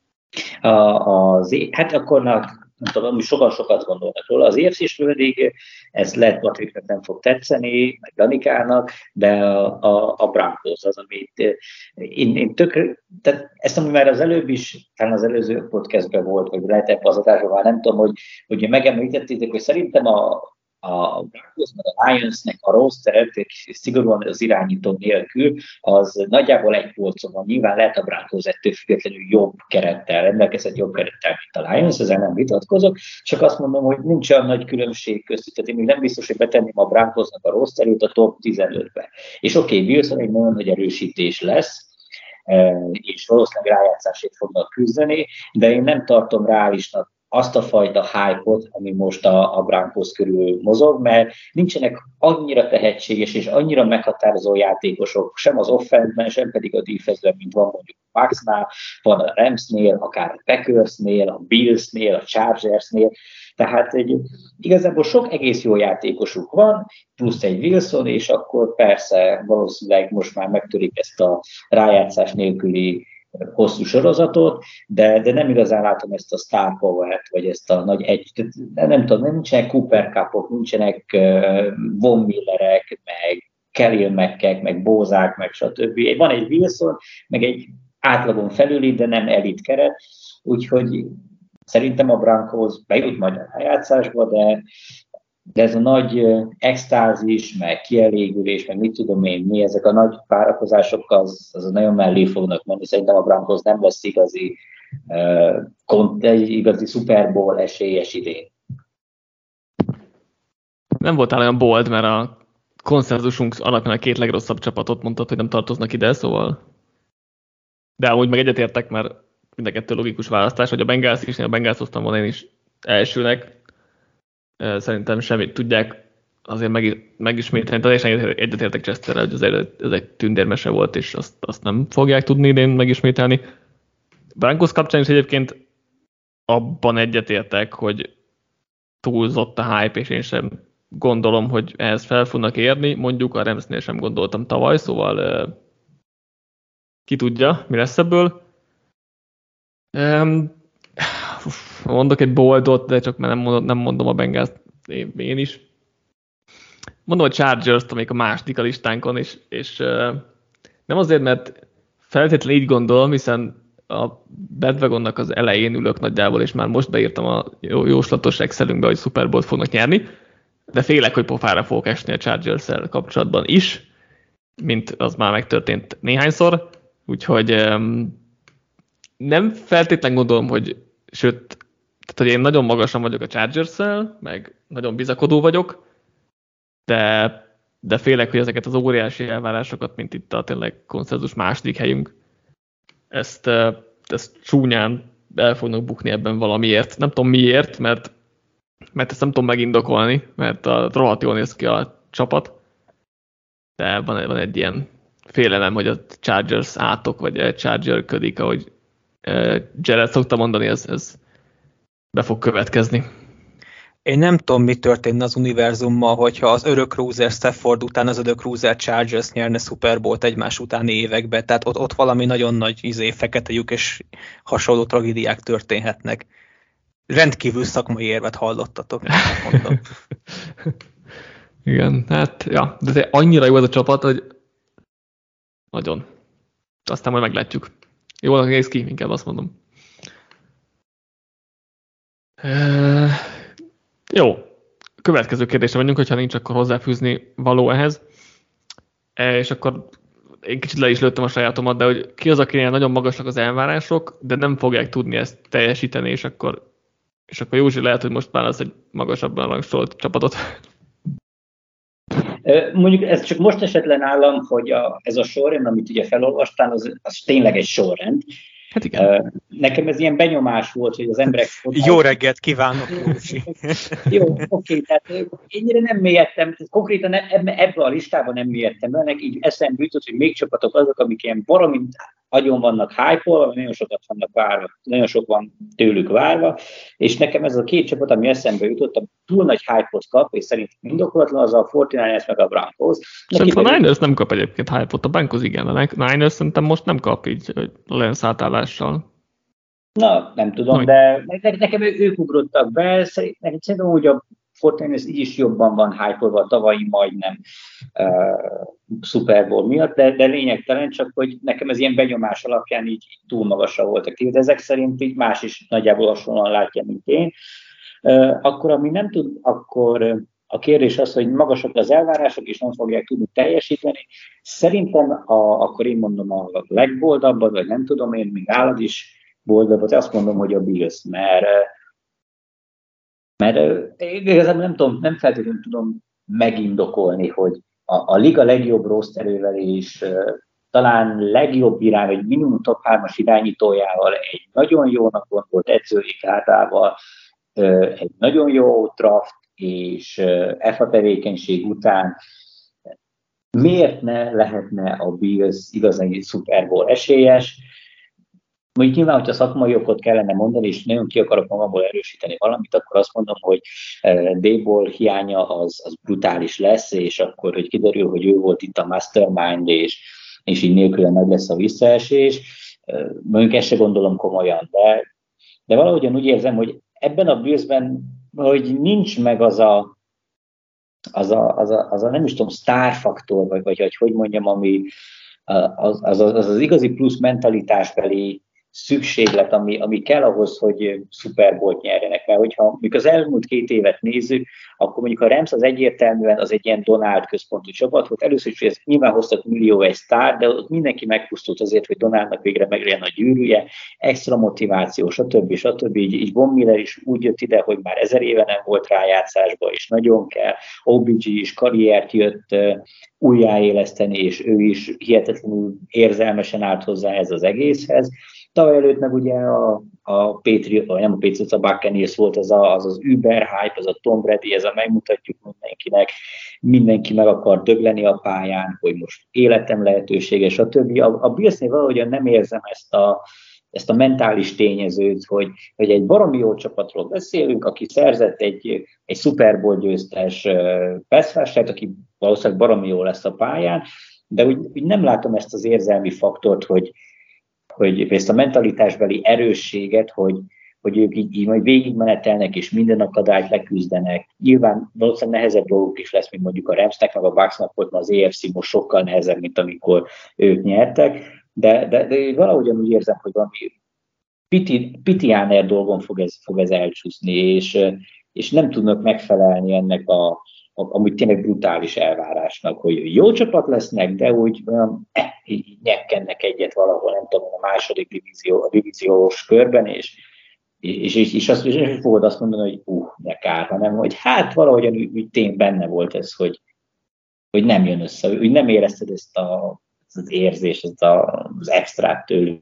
Hát akkor nem tudom, sokat gondolnak róla. Az AFC-s pedig ez lehet Patricknek nem fog tetszeni, meg Danikának, de a Broncos az, amit én tehát ezt amúgy már az előbb is, talán az előző podcastben volt, vagy lehet ebben az adásban, már nem tudom, hogy megemlítettétek, hogy szerintem a Broncos meg a Lionsnek a roster, szigorúan az irányító nélkül, az nagyjából egy polcon van. Nyilván lehet a Broncos ettől függetlenül jobb kerettel, rendelkezett jobb kerettel, mint a Lions, ezzel nem vitatkozok, csak azt mondom, hogy nincs olyan nagy különbség köztük, tehát én még nem biztos, hogy betenném a Broncosnak a rosterét a top 15-be. És oké, Wilson egy nagyon nagy erősítés lesz, és valószínűleg rájátszásért fognak küzdeni, de én nem tartom reálisnak azt a fajta hype-ot, ami most a Broncos körül mozog, mert nincsenek annyira tehetséges és annyira meghatározó játékosok, sem az offense-ben, sem pedig a defense-ben, mint van mondjuk a Bucksnál, van a Ramsnél, akár a Packersnél, a Billsnél, a Chargersnél, tehát igazából sok egész jó játékosuk van, plusz egy Wilson, és akkor persze valószínűleg most már megtörik ezt a rájátszás nélküli hosszú sorozatot, de nem igazán látom ezt a star power-t, vagy ezt a nagy nem tudom, nincsenek Cooper Cupok, nincsenek Von Millerek, meg Khalil Mackek, meg Bózák, meg stb. Van egy Wilson, meg egy átlagon felüli, de nem elit keret, úgyhogy szerintem a Broncos bejut majd a rájátszásba, de ez a nagy extázis, meg kielégülés, meg mit tudom én mi, ezek a nagy várakozások, az nagyon mellé fognak menni. Szerintem a Broncos nem lesz igazi Super Bowl esélyes idén. Nem voltál olyan bold, mert a konszenzusunk alapján a két legrosszabb csapatot mondtad, hogy nem tartoznak ide, szóval... De amúgy meg egyetértek, mert mind a kettő logikus választás, hogy a Bengals is, a Bengals hoztam volna én is elsőnek. Szerintem semmit tudják azért megismételni. Teljesen egyetértek Chesterrel, hogy ez egy tündérmese volt, és azt nem fogják tudni idén megismételni. Broncos kapcsán is egyébként abban egyetértek, hogy túlzott a hype, és én sem gondolom, hogy ehhez fel fognak érni. Mondjuk a Ramsnél sem gondoltam tavaly, szóval ki tudja, mi lesz ebből. Mondok egy boldot, de csak nem mondom a Bengals én is. Mondom a Chargers-t, amelyik a második a listánkon, és nem azért, mert feltétlenül így gondolom, hiszen a Bandwagonnak az elején ülök nagyjából, és már most beírtam a jóslatos Excelünkbe, hogy Super Bowl-t fognak nyerni, de félek, hogy pofára fogok esni a Chargers-szel kapcsolatban is, mint az már megtörtént néhányszor, úgyhogy nem feltétlenül gondolom, hogy sőt, tehát, hogy én nagyon magasan vagyok a Chargers-szel, meg nagyon bizakodó vagyok, de félek, hogy ezeket az óriási elvárásokat, mint itt a tényleg konszenzus második helyünk, ezt csúnyán el fognak bukni ebben valamiért. Nem tudom miért, mert ezt nem tudom megindokolni, mert rohadt jól néz ki a csapat, de van egy ilyen félelem, hogy a Chargers átok, vagy Charger-ködik, ahogy Jared szokta mondani, ez be fog következni. Én nem tudom, mi történne az univerzummal, hogyha az örök loser Stafford után az örök loser Chargers nyerne Super Bowl-t egymás utáni években. Tehát ott valami nagyon nagy fekete lyuk és hasonló tragédiák történhetnek. Rendkívül szakmai érvet hallottatok, mondom. Igen, hát ja, de annyira jó ez a csapat, hogy nagyon. Aztán majd meglátjuk. Jól néz ki, inkább azt mondom. Jó, következő kérdésre menjünk, hogyha nincs akkor hozzáfűzni való ehhez. És akkor én kicsit le is lőttem a sajátomat, de hogy ki az, akinél nagyon magasak az elvárások, de nem fogják tudni ezt teljesíteni, és akkor Józsi lehet, hogy most válasz egy magasabban rangsolt csapatot. Mondjuk ez csak most esett le nálam, hogy ez a sorrend, amit ugye felolvastál, az tényleg egy sorrend. Hát igen. Nekem ez ilyen benyomás volt, hogy az emberek... Jó reggelt kívánok, Józsi! Jó, oké, tehát ennyire nem mélyedtem, konkrétan ebben a listában nem mélyedtem, ennek így eszembe jutott, hogy még csapatok azok, amik ilyen baromi agyon vannak hype-olva, nagyon sokat vannak várva, nagyon sok van tőlük várva, és nekem ez a két csapat, ami eszembe jutott, túl nagy hype-ot kap, és szerintem indokolatlan, az a 49ers meg a Broncos. Szerintem a Niners nem kap egyébként hype-ot, a Broncos igen, a Niners szerintem most nem kap így Lance átállással. Na, nem tudom, de nekem ők ugrottak be, szerintem úgy a Fortnite így is jobban van hype-olva a tavalyi majdnem Super Bowl miatt, de lényegtelen, csak hogy nekem ez ilyen benyomás alapján így túl magasra voltak. De ezek szerint így más is nagyjából hasonlóan látja, mint én. Akkor ami nem tud, akkor a kérdés az, hogy magasak az elvárások, és nem fogják tudni teljesíteni. Szerintem, akkor én mondom a legboldabbat, vagy nem tudom én, még állad is boldabbat, azt mondom, hogy a Bills, mert igazából nem tudom, nem feltétlenül tudom megindokolni, hogy a liga legjobb rosterével és talán legjobb irány, vagy minimum top 3-as irányítójával, egy nagyon jónak gondolt edzői kártával, egy nagyon jó draft, és EFA tevékenység után miért ne lehetne a Bills igazán Super Bowl esélyes? Mondjuk nyilván, hogyha szakmai okot kellene mondani, és nagyon ki akarok magamból erősíteni valamit, akkor azt mondom, hogy Daboll hiánya az brutális lesz, és akkor, hogy kiderül, hogy ő volt itt a mastermind, és így nélküle nagy lesz a visszaesés. Mondjuk ezt se gondolom komolyan, de valahogyan úgy érzem, hogy ebben a Billsben, hogy nincs meg az a nem is tudom, sztárfaktor, vagy hogy mondjam, ami az igazi plusz mentalitásbeli szükséglet, ami kell ahhoz, hogy Super Bowl-t nyerjenek. Mert hogyha mondjuk az elmúlt 2 évet nézzük, akkor mondjuk a Rams az egyértelműen az egy ilyen Donald központú csapat volt. Először is, hogy ez nyilván hoztak millió egy sztár, de ott mindenki megpusztult azért, hogy Donaldnak végre meglegyen a gyűrűje, extra motiváció, stb. Így Von Miller is úgy jött ide, hogy már 1000 éve nem volt rájátszásba, és nagyon kell. OBG is karriert jött újjáéleszteni, és ő is hihetetlenül érzelmesen állt hozzá ez az egészhez. Tavaly előtt meg ugye a Patriots, a Buccaneers volt az Uber hype, az a Tom Brady, ez a megmutatjuk mindenkinek, mindenki meg akar dögleni a pályán, hogy most életem lehetősége, stb. A Billsnél valahogyan nem érzem ezt a mentális tényezőt, hogy egy baromi jó csapatról beszélünk, aki szerzett egy Super Bowl győztes pass-rushert, aki valószínűleg baromi jó lesz a pályán, de úgy nem látom ezt az érzelmi faktort, hogy ezt a mentalitásbeli erősséget, hogy ők így majd végigmenetelnek, és minden akadályt leküzdenek. Nyilván valószínűleg nehezebb dolguk is lesz, mint mondjuk a Ramsnek, meg a Bucksnak volt, mert az EFC most sokkal nehezebb, mint amikor ők nyertek, de valahogyan úgy érzem, hogy valami pitiáner dolgon fog ez elcsúszni, és nem tudnak megfelelni ennek amúgy tényleg brutális elvárásnak, hogy jó csapat lesznek, de úgy így nyekkennek egyet valahol, nem tudom, a második divíziós körben, és azt is fogod azt mondani, hogy ne kár, hanem hogy hát valahogyan úgy tényleg benne volt ez, hogy nem jön össze, hogy nem érezted ezt az érzést, ezt az extrát tőlük,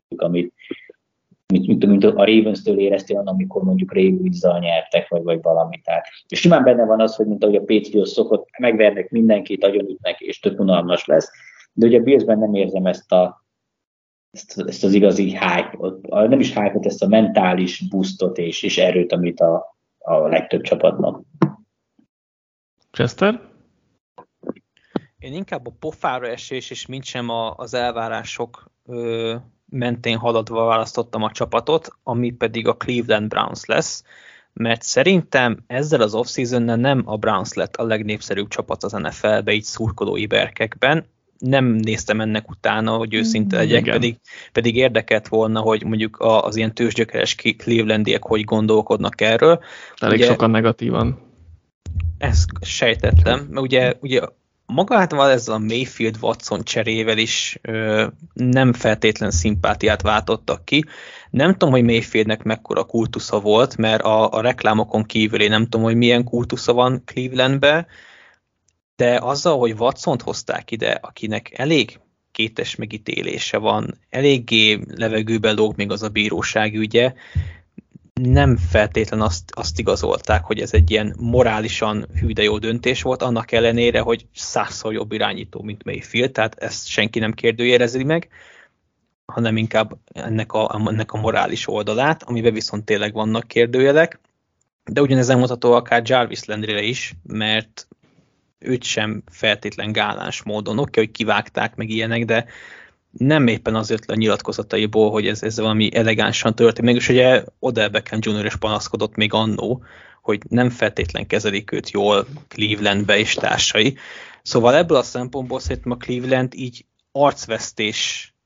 mint a Ravens-től éreztél, amikor mondjuk Ravens-zal nyertek, vagy valami. Tehát. És simán benne van az, hogy mint ahogy a Patriots szokott, megvernek mindenkit, agyonütnek, és tök unalmas lesz. De ugye a Billsben nem érzem ezt az igazi hype-ot, nem is hype-ot, ezt a mentális boostot és erőt, amit a legtöbb csapatnak. Chester? Én inkább a pofára esés, és mint sem az elvárások mentén haladva választottam a csapatot, ami pedig a Cleveland Browns lesz, mert szerintem ezzel az off-seasonnel nem a Browns lett a legnépszerűbb csapat az NFL-be, így szurkolói berkekben. Nem néztem ennek utána, hogy őszinte legyek, pedig érdekelt volna, hogy mondjuk az ilyen tőzsgyökeres Clevelandiek hogy gondolkodnak erről. Elég ugye, sokan negatívan. Ezt sejtettem, mert ugye magával ezzel a Mayfield-Watson cserével is nem feltétlen szimpátiát váltottak ki. Nem tudom, hogy Mayfieldnek mekkora kultusza volt, mert a reklámokon kívül én nem tudom, hogy milyen kultusza van Clevelandbe, de azzal, hogy Watsont hozták ide, akinek elég kétes megítélése van, eléggé levegőbe lóg még az a bíróság ügye, nem feltétlen azt igazolták, hogy ez egy ilyen morálisan hű de jó döntés volt, annak ellenére, hogy 100-szor jobb irányító, mint Mayfield, tehát ezt senki nem kérdőjelezi meg, hanem inkább ennek a morális oldalát, amiben viszont tényleg vannak kérdőjelek, de ugyanez elmondható akár Jarvis Landryre is, mert őt sem feltétlen gáláns módon, hogy kivágták meg ilyenek, de nem éppen az jött le a nyilatkozataiból, hogy ez valami elegánsan történt. Mégis ugye Odell Beckham Jr. is panaszkodott még annó, hogy nem feltétlen kezelik őt jól Clevelandbe és társai. Szóval ebből a szempontból szerintem a Cleveland így arcvesztés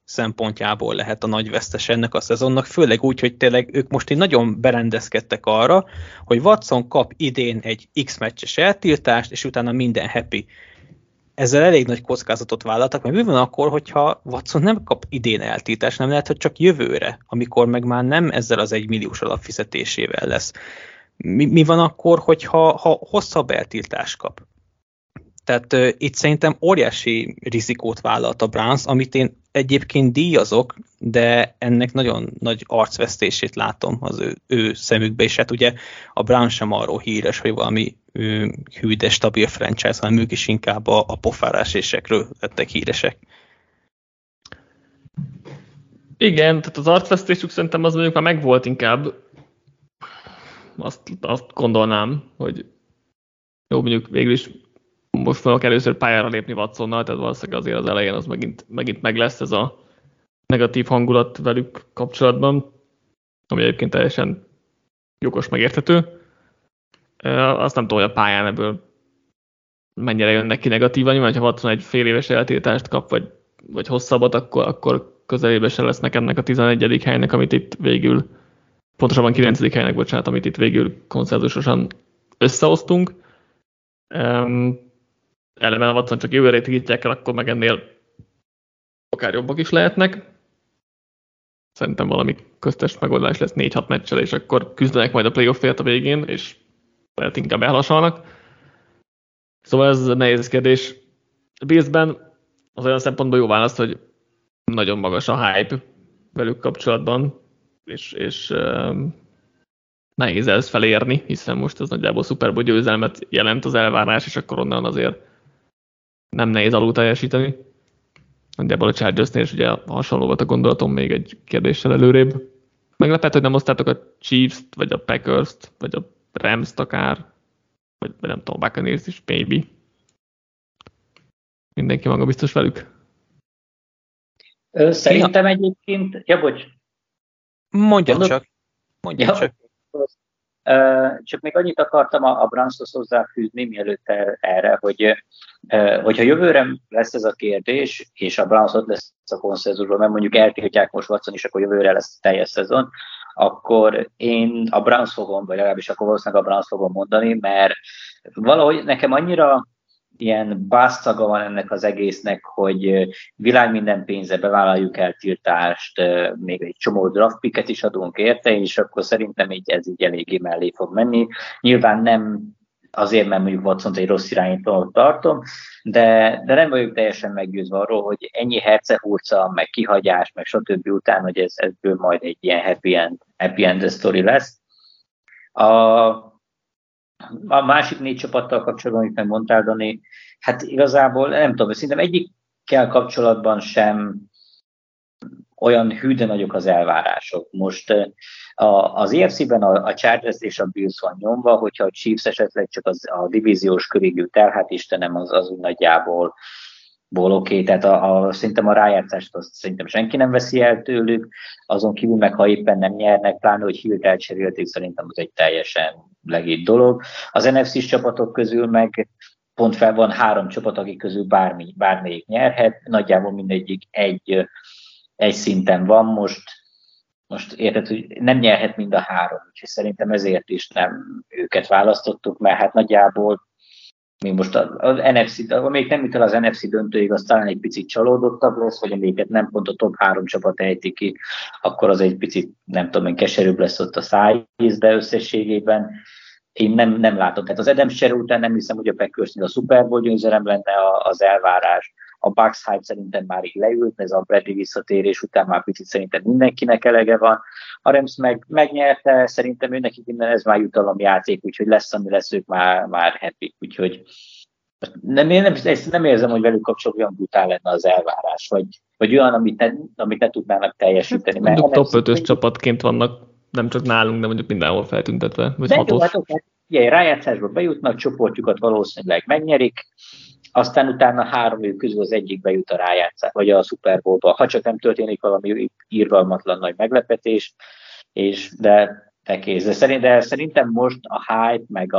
szempontjából lehet a nagy vesztes ennek a szezonnak, főleg úgy, hogy tényleg ők most így nagyon berendezkedtek arra, hogy Watson kap idén egy X-meccses eltiltást, és utána minden happy. Ezzel elég nagy kockázatot vállaltak, mert mi van akkor, hogyha Watson nem kap idén eltiltást, nem lehet, hogy csak jövőre, amikor meg már nem ezzel az 1 milliós alapfizetésével lesz. Mi van akkor, hogyha hosszabb eltiltást kap? Tehát itt szerintem óriási rizikót vállalt a Browns, amit én egyébként díjazok, de ennek nagyon nagy arcvesztését látom az ő szemükbe, és hát ugye a Browns sem arról híres, hogy valami hű, de stabil franchise, hanem ők is inkább a pofárásésekről lettek híresek. Igen, tehát az arcvesztésük szerintem az mondjuk már megvolt inkább. Azt gondolnám, hogy jó, mondjuk végül is most fogok először pályára lépni Watsonnal, tehát valószínűleg azért az elején az megint meg lesz ez a negatív hangulat velük kapcsolatban, ami egyébként teljesen jogos, megérthető. Azt nem tudom, hogy a pályán ebből mennyire jön neki negatívan, mert ha Watson egy fél éves eltiltást kap, vagy hosszabbat, akkor közelében se lesznek ennek a 11. helynek, amit itt végül, pontosabban 9. helynek, bocsánat, amit itt végül konszenzusosan összehoztunk. Ellenben a Watson csak jövőre tiltják el, akkor meg ennél akár jobbak is lehetnek. Szerintem valami köztes megoldás lesz 4-6 meccsel, és akkor küzdenek majd a playoffért a végén, és lehet inkább elhasalnak. Szóval ez nehéz kérdés. A Billsben az olyan szempontból jó válasz, hogy nagyon magas a hype velük kapcsolatban, és nehéz ezt felérni, hiszen most ez nagyjából Super Bowl győzelmet jelent az elvárás, és akkor onnan azért nem nehéz alul teljesíteni. Nagyjából a Chargersnél is ugye hasonló volt a gondolatom még egy kérdéssel előrébb. Meglepett, hogy nem hoztátok a Chiefs-t, vagy a Packers-t, vagy a Rams-t akár, vagy nem tudom, a Buccaneers is, maybe. Mindenki maga biztos velük. Szerintem egyébként... Ja, bocs. Mondja csak. Csak még annyit akartam a Brownshoz hozzáfűzni, mielőtt erre, hogyha jövőre lesz ez a kérdés, és a Browns ott lesz a konszenzusban, mert mondjuk eltiltják most Watson is, akkor jövőre lesz teljes szezon, akkor én a Browns fogom, vagy legalábbis akkor valószínűleg a Browns fogom mondani, mert valahogy nekem annyira ilyen bázszaga van ennek az egésznek, hogy világ minden pénze bevállaljuk eltiltást, még egy csomó draft picket is adunk érte, és akkor szerintem ez így eléggé mellé fog menni. Nyilván nem azért, mert mondjuk Watsont egy rossz irányítónak tartom, de nem vagyok teljesen meggyőzve arról, hogy ennyi hercehurca, meg kihagyás, meg stb. Után, hogy ebből majd egy ilyen happy end story lesz. A másik 4 csapattal kapcsolatban, amit megmondtál, Dani, hát igazából nem tudom, szerintem egyikkel kapcsolatban sem olyan hű, de nagyok az elvárások. Most az EFC-ben a Chargers és a Bills van nyomva, hogyha a Chiefs esetleg csak a divíziós körig jut el, hát Istenem, az úgy nagyjából oké, tehát szerintem a rájátszást azt szerintem senki nem veszi el tőlük, azon kívül meg, ha éppen nem nyernek, pláne, hogy Hill-t elcserélték, szerintem az egy teljesen legit dolog. Az NFC-s csapatok közül meg pont fel van 3 csapat, akik közül bármelyik nyerhet, nagyjából mindegyik egy szinten van, most érted, hogy nem nyerhet mind a 3, úgyhogy szerintem ezért is nem őket választottuk, mert hát nagyjából még most az NFC, amelyik nem jut el az NFC döntőig, az talán egy picit csalódottabb lesz, vagy amelyiket nem pont a top 3 csapat ejti ki, akkor az egy picit, nem tudom én, keserűbb lesz ott a szájíz, de összességében én nem látom. Tehát az Adams csere után nem hiszem, hogy a Packersnél a Super Bowl győzelem lenne az elvárás. A Bucks hype szerintem már így leült, ez a Brady visszatérés után már picit szerintem mindenkinek elege van. A Rams megnyerte, szerintem ő nekik innen ez már jutalomjáték, úgyhogy lesz, ami lesz, ők már happy. Úgyhogy nem érzem, hogy velük kapcsolatban olyan brutál lenne az elvárás, vagy olyan, amit ne tudnának teljesíteni. Mert top 5-ös csapatként vannak, nem csak nálunk, de mondjuk mindenhol feltüntetve, vagy 6-os. Ilyen rájátszásba bejutnak, csoportjukat valószínűleg megnyerik, aztán utána 3 év közül az egyikbe jut a rájátszás, vagy a Super Bowl-ba, ha csak nem történik valami irgalmatlan nagy meglepetés, de kész. De szerintem most a hype, meg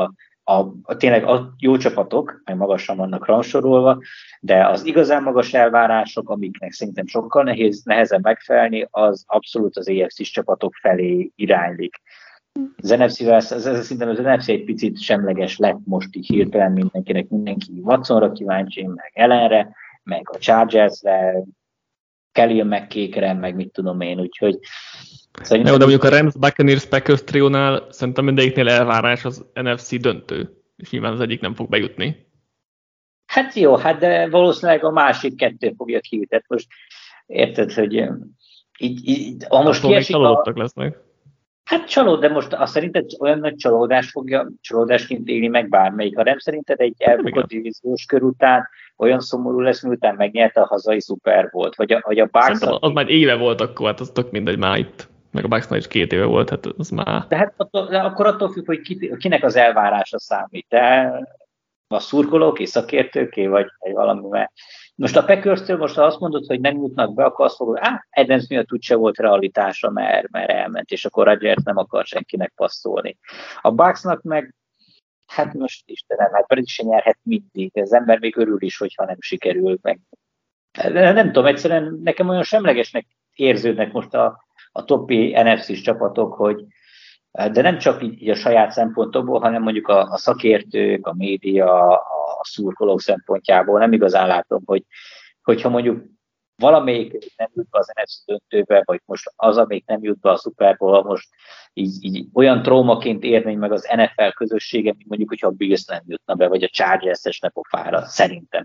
tényleg a jó csapatok, meg magasan vannak rangsorolva, de az igazán magas elvárások, amiknek szerintem sokkal nehezebb megfelelni, az abszolút az AFC-s csapatok felé iránylik. Az NFC-vel, szerintem az NFC egy picit semleges lett most így hirtelen mindenki Watsonra kíváncsi, meg Allenre, meg a Chargersre, Khalil McCae-re, meg mit tudom én, úgyhogy szerintem... De mondjuk a Rams, Buccaneers, Packers triónál szerintem mindegyiknél elvárás az NFC döntő, és nyilván az egyik nem fog bejutni. Hát jó, de valószínűleg a másik kettő fogja ki. Tehát most érted, hogy ha most kiesik lesznek. Hát csalód, de most azt szerinted olyan nagy csalódásként éli meg bármelyik. Ha nem szerinted egy elbukott divíziós kör után olyan szomorú lesz, miután megnyerte a hazai Super Bowl-t, vagy a Bucks... Az már éve volt akkor, hát az tök mindegy már itt. Meg a Bucksnál is 2 éve volt, hát az már... De hát akkor attól függ, hogy kinek az elvárása számít. De a szurkolóké, szakértőké, vagy valami, mert most a Packers-től most ha azt mondod, hogy nem jutnak be, akkor azt fogod, Adams miatt úgyse volt realitása, mert elment, és akkor Rodgers nem akar senkinek passzolni. A Bucksnak meg, hát most Istenem, hát pedig se nyerhet mindig, az ember még örül is, hogyha nem sikerül meg. De nem tudom, egyszerűen nekem olyan semlegesnek érződnek most a topi NFC-s csapatok, hogy de nem csak így a saját szempontokból, hanem mondjuk a szakértők, a média, a szurkolók szempontjából nem igazán látom, hogyha mondjuk valamelyik nem jut be az NFC döntőbe, vagy most az, amelyik nem jut be a Super Bowl, most így olyan traumaként érni meg az NFL közössége, mint mondjuk, hogyha a Bills nem jutna be, vagy a Chargers-es ne pofára, szerintem.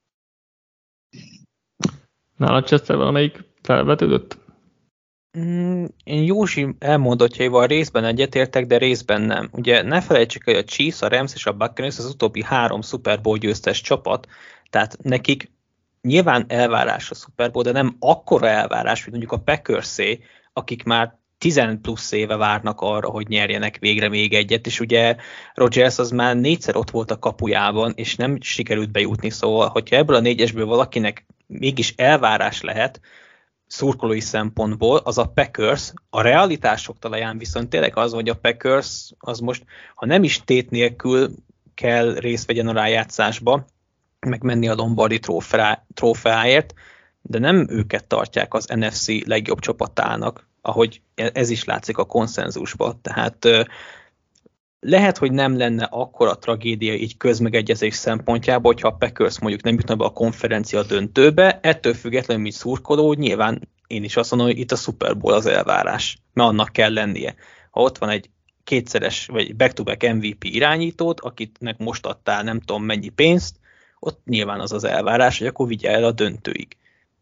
Nálad Chester valamelyik felvetődött? Én Józsi elmondottjaival részben egyetértek, de részben nem. Ugye ne felejtsük, hogy a Chiefs, a Rams és a Buccaneers az utóbbi 3 Super Bowl győztes csapat, tehát nekik nyilván elvárás a Super Bowl, de nem akkora elvárás, mint mondjuk a Packersé, akik már 10 plusz éve várnak arra, hogy nyerjenek végre még egyet, és ugye Rodgers az már 4-szer ott volt a kapujában, és nem sikerült bejutni, szóval, hogyha ebből a 4-esből valakinek mégis elvárás lehet, szurkolói szempontból, az a Packers, a realitások talaján viszont tényleg az, hogy a Packers az most, ha nem is tét nélkül kell részt vegyen a rájátszásba, meg menni a Lombardi trófeáért, de nem őket tartják az NFC legjobb csapatának, ahogy ez is látszik a konszenzusban. Tehát lehet, hogy nem lenne akkora tragédia így közmegegyezés szempontjából, hogyha a Packers mondjuk nem jutna be a konferencia döntőbe, ettől függetlenül, mint szurkoló, nyilván én is azt mondom, hogy itt a Super Bowl az elvárás, mert annak kell lennie. Ha ott van egy 2-szeres vagy back-to-back MVP irányítót, akitnek most adtál nem tudom mennyi pénzt, ott nyilván az az elvárás, hogy akkor vigye el a döntőig.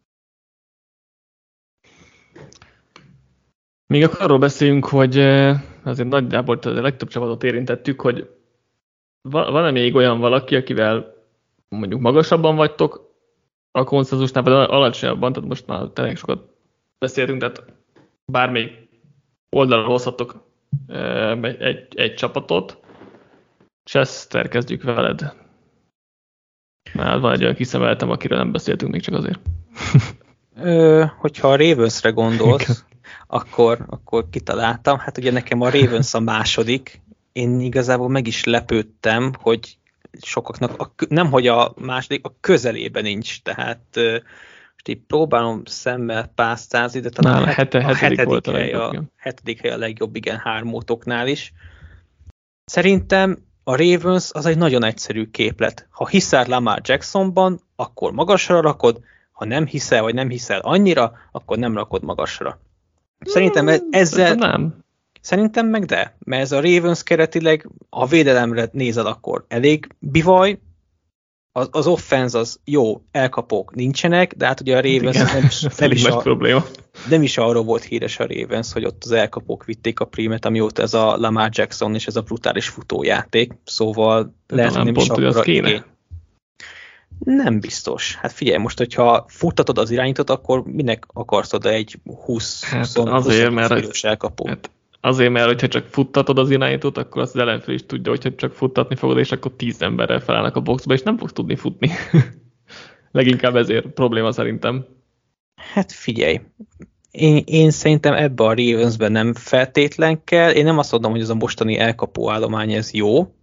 Még akkor arról beszéljünk, hogy azért nagyjából a legtöbb csapatot érintettük, hogy van-e még olyan valaki, akivel mondjuk magasabban vagytok a konszenzusnál, vagy alacsonyabban, tehát most már tényleg sokat beszéltünk, tehát bármelyik oldalra hozhatok egy csapatot. Chester, kezdjük veled. Már van egy olyan kiszemeltem, akiről nem beszéltünk még csak azért. Hogyha a Ravensre gondolsz, akkor kitaláltam. Hát ugye nekem a Ravens a második. Én igazából meg is lepődtem, hogy sokaknak, nemhogy a második, a közelében nincs. Tehát most így próbálom szemmel pásztázni, de talán a hetedik hely a legjobb, igen, 3 is. Szerintem a Ravens az egy nagyon egyszerű képlet. Ha hiszel Lamar Jacksonban, akkor magasra rakod, ha nem hiszel, vagy nem hiszel annyira, akkor nem rakod magasra. Szerintem ezzel... Nem. Szerintem meg de, mert ez a Ravens keretileg, ha védelemre nézel, akkor elég bivaj, az offense az jó, elkapók nincsenek, de hát ugye a Ravens nem is arról volt híres a Ravens, hogy ott az elkapók vitték a prímet, amióta ez a Lamar Jackson és ez a brutális futójáték, szóval lehet, hogy nem is akkora igény. Nem biztos. Hát figyelj, most, hogyha futtatod az irányítót, akkor minek akarsz oda egy 20 kilós elkapót? Hát azért, mert hogyha csak futtatod az irányítót, akkor az ellenfél is tudja, hogyha csak futtatni fogod, és akkor 10 emberrel felállnak a boxba, és nem fogsz tudni futni. Leginkább ezért probléma szerintem. Hát figyelj, én szerintem ebbe a Ravensben nem feltétlen kell. Én nem azt mondom, hogy ez a mostani elkapó állomány ez jó,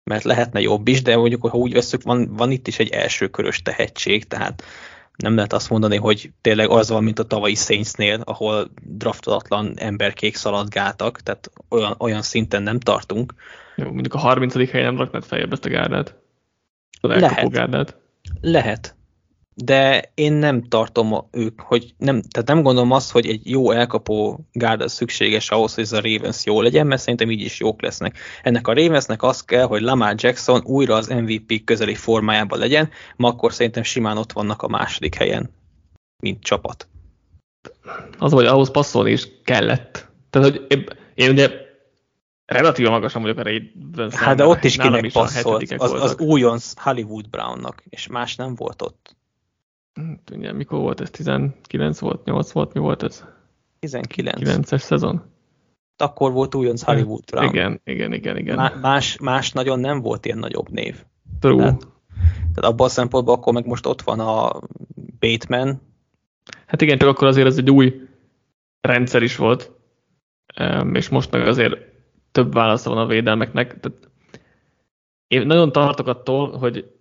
mert lehetne jobb is, de mondjuk, ha úgy veszük, van itt is egy elsőkörös tehetség, tehát nem lehet azt mondani, hogy tényleg az van, mint a tavalyi Saintsnél, ahol draftolatlan emberkék szaladgáltak, tehát olyan szinten nem tartunk. Jó, mondjuk a 30. helyen nem raknád feljebb ezt a gárdát? Az elkapó gárdát? Lehet. De én nem tartom tehát nem gondolom azt, hogy egy jó elkapó gárda szükséges ahhoz, hogy ez a Ravens jó legyen, mert szerintem így is jók lesznek. Ennek a Ravensnek az kell, hogy Lamar Jackson újra az MVP közeli formájában legyen, ma akkor szerintem simán ott vannak a második helyen, mint csapat. Az, hogy ahhoz passzolni is kellett. Tehát, hogy én ugye relatíve magasan vagyok a Ravens. Hát de ott is kinek passzolt, az újonc Hollywood Brownnak, és más nem volt ott. Ugye, mikor volt ez? 19 volt? 8 volt? Mi volt ez? 19. 9-es szezon? Akkor volt újonc Hollywood Brown. Igen. Más nagyon nem volt ilyen nagyobb név. Tehát abban a szempontból akkor meg most ott van a Bateman. Hát igen, csak akkor azért ez egy új rendszer is volt, és most meg azért több válasza van a védelmeknek. Tehát én nagyon tartok attól, hogy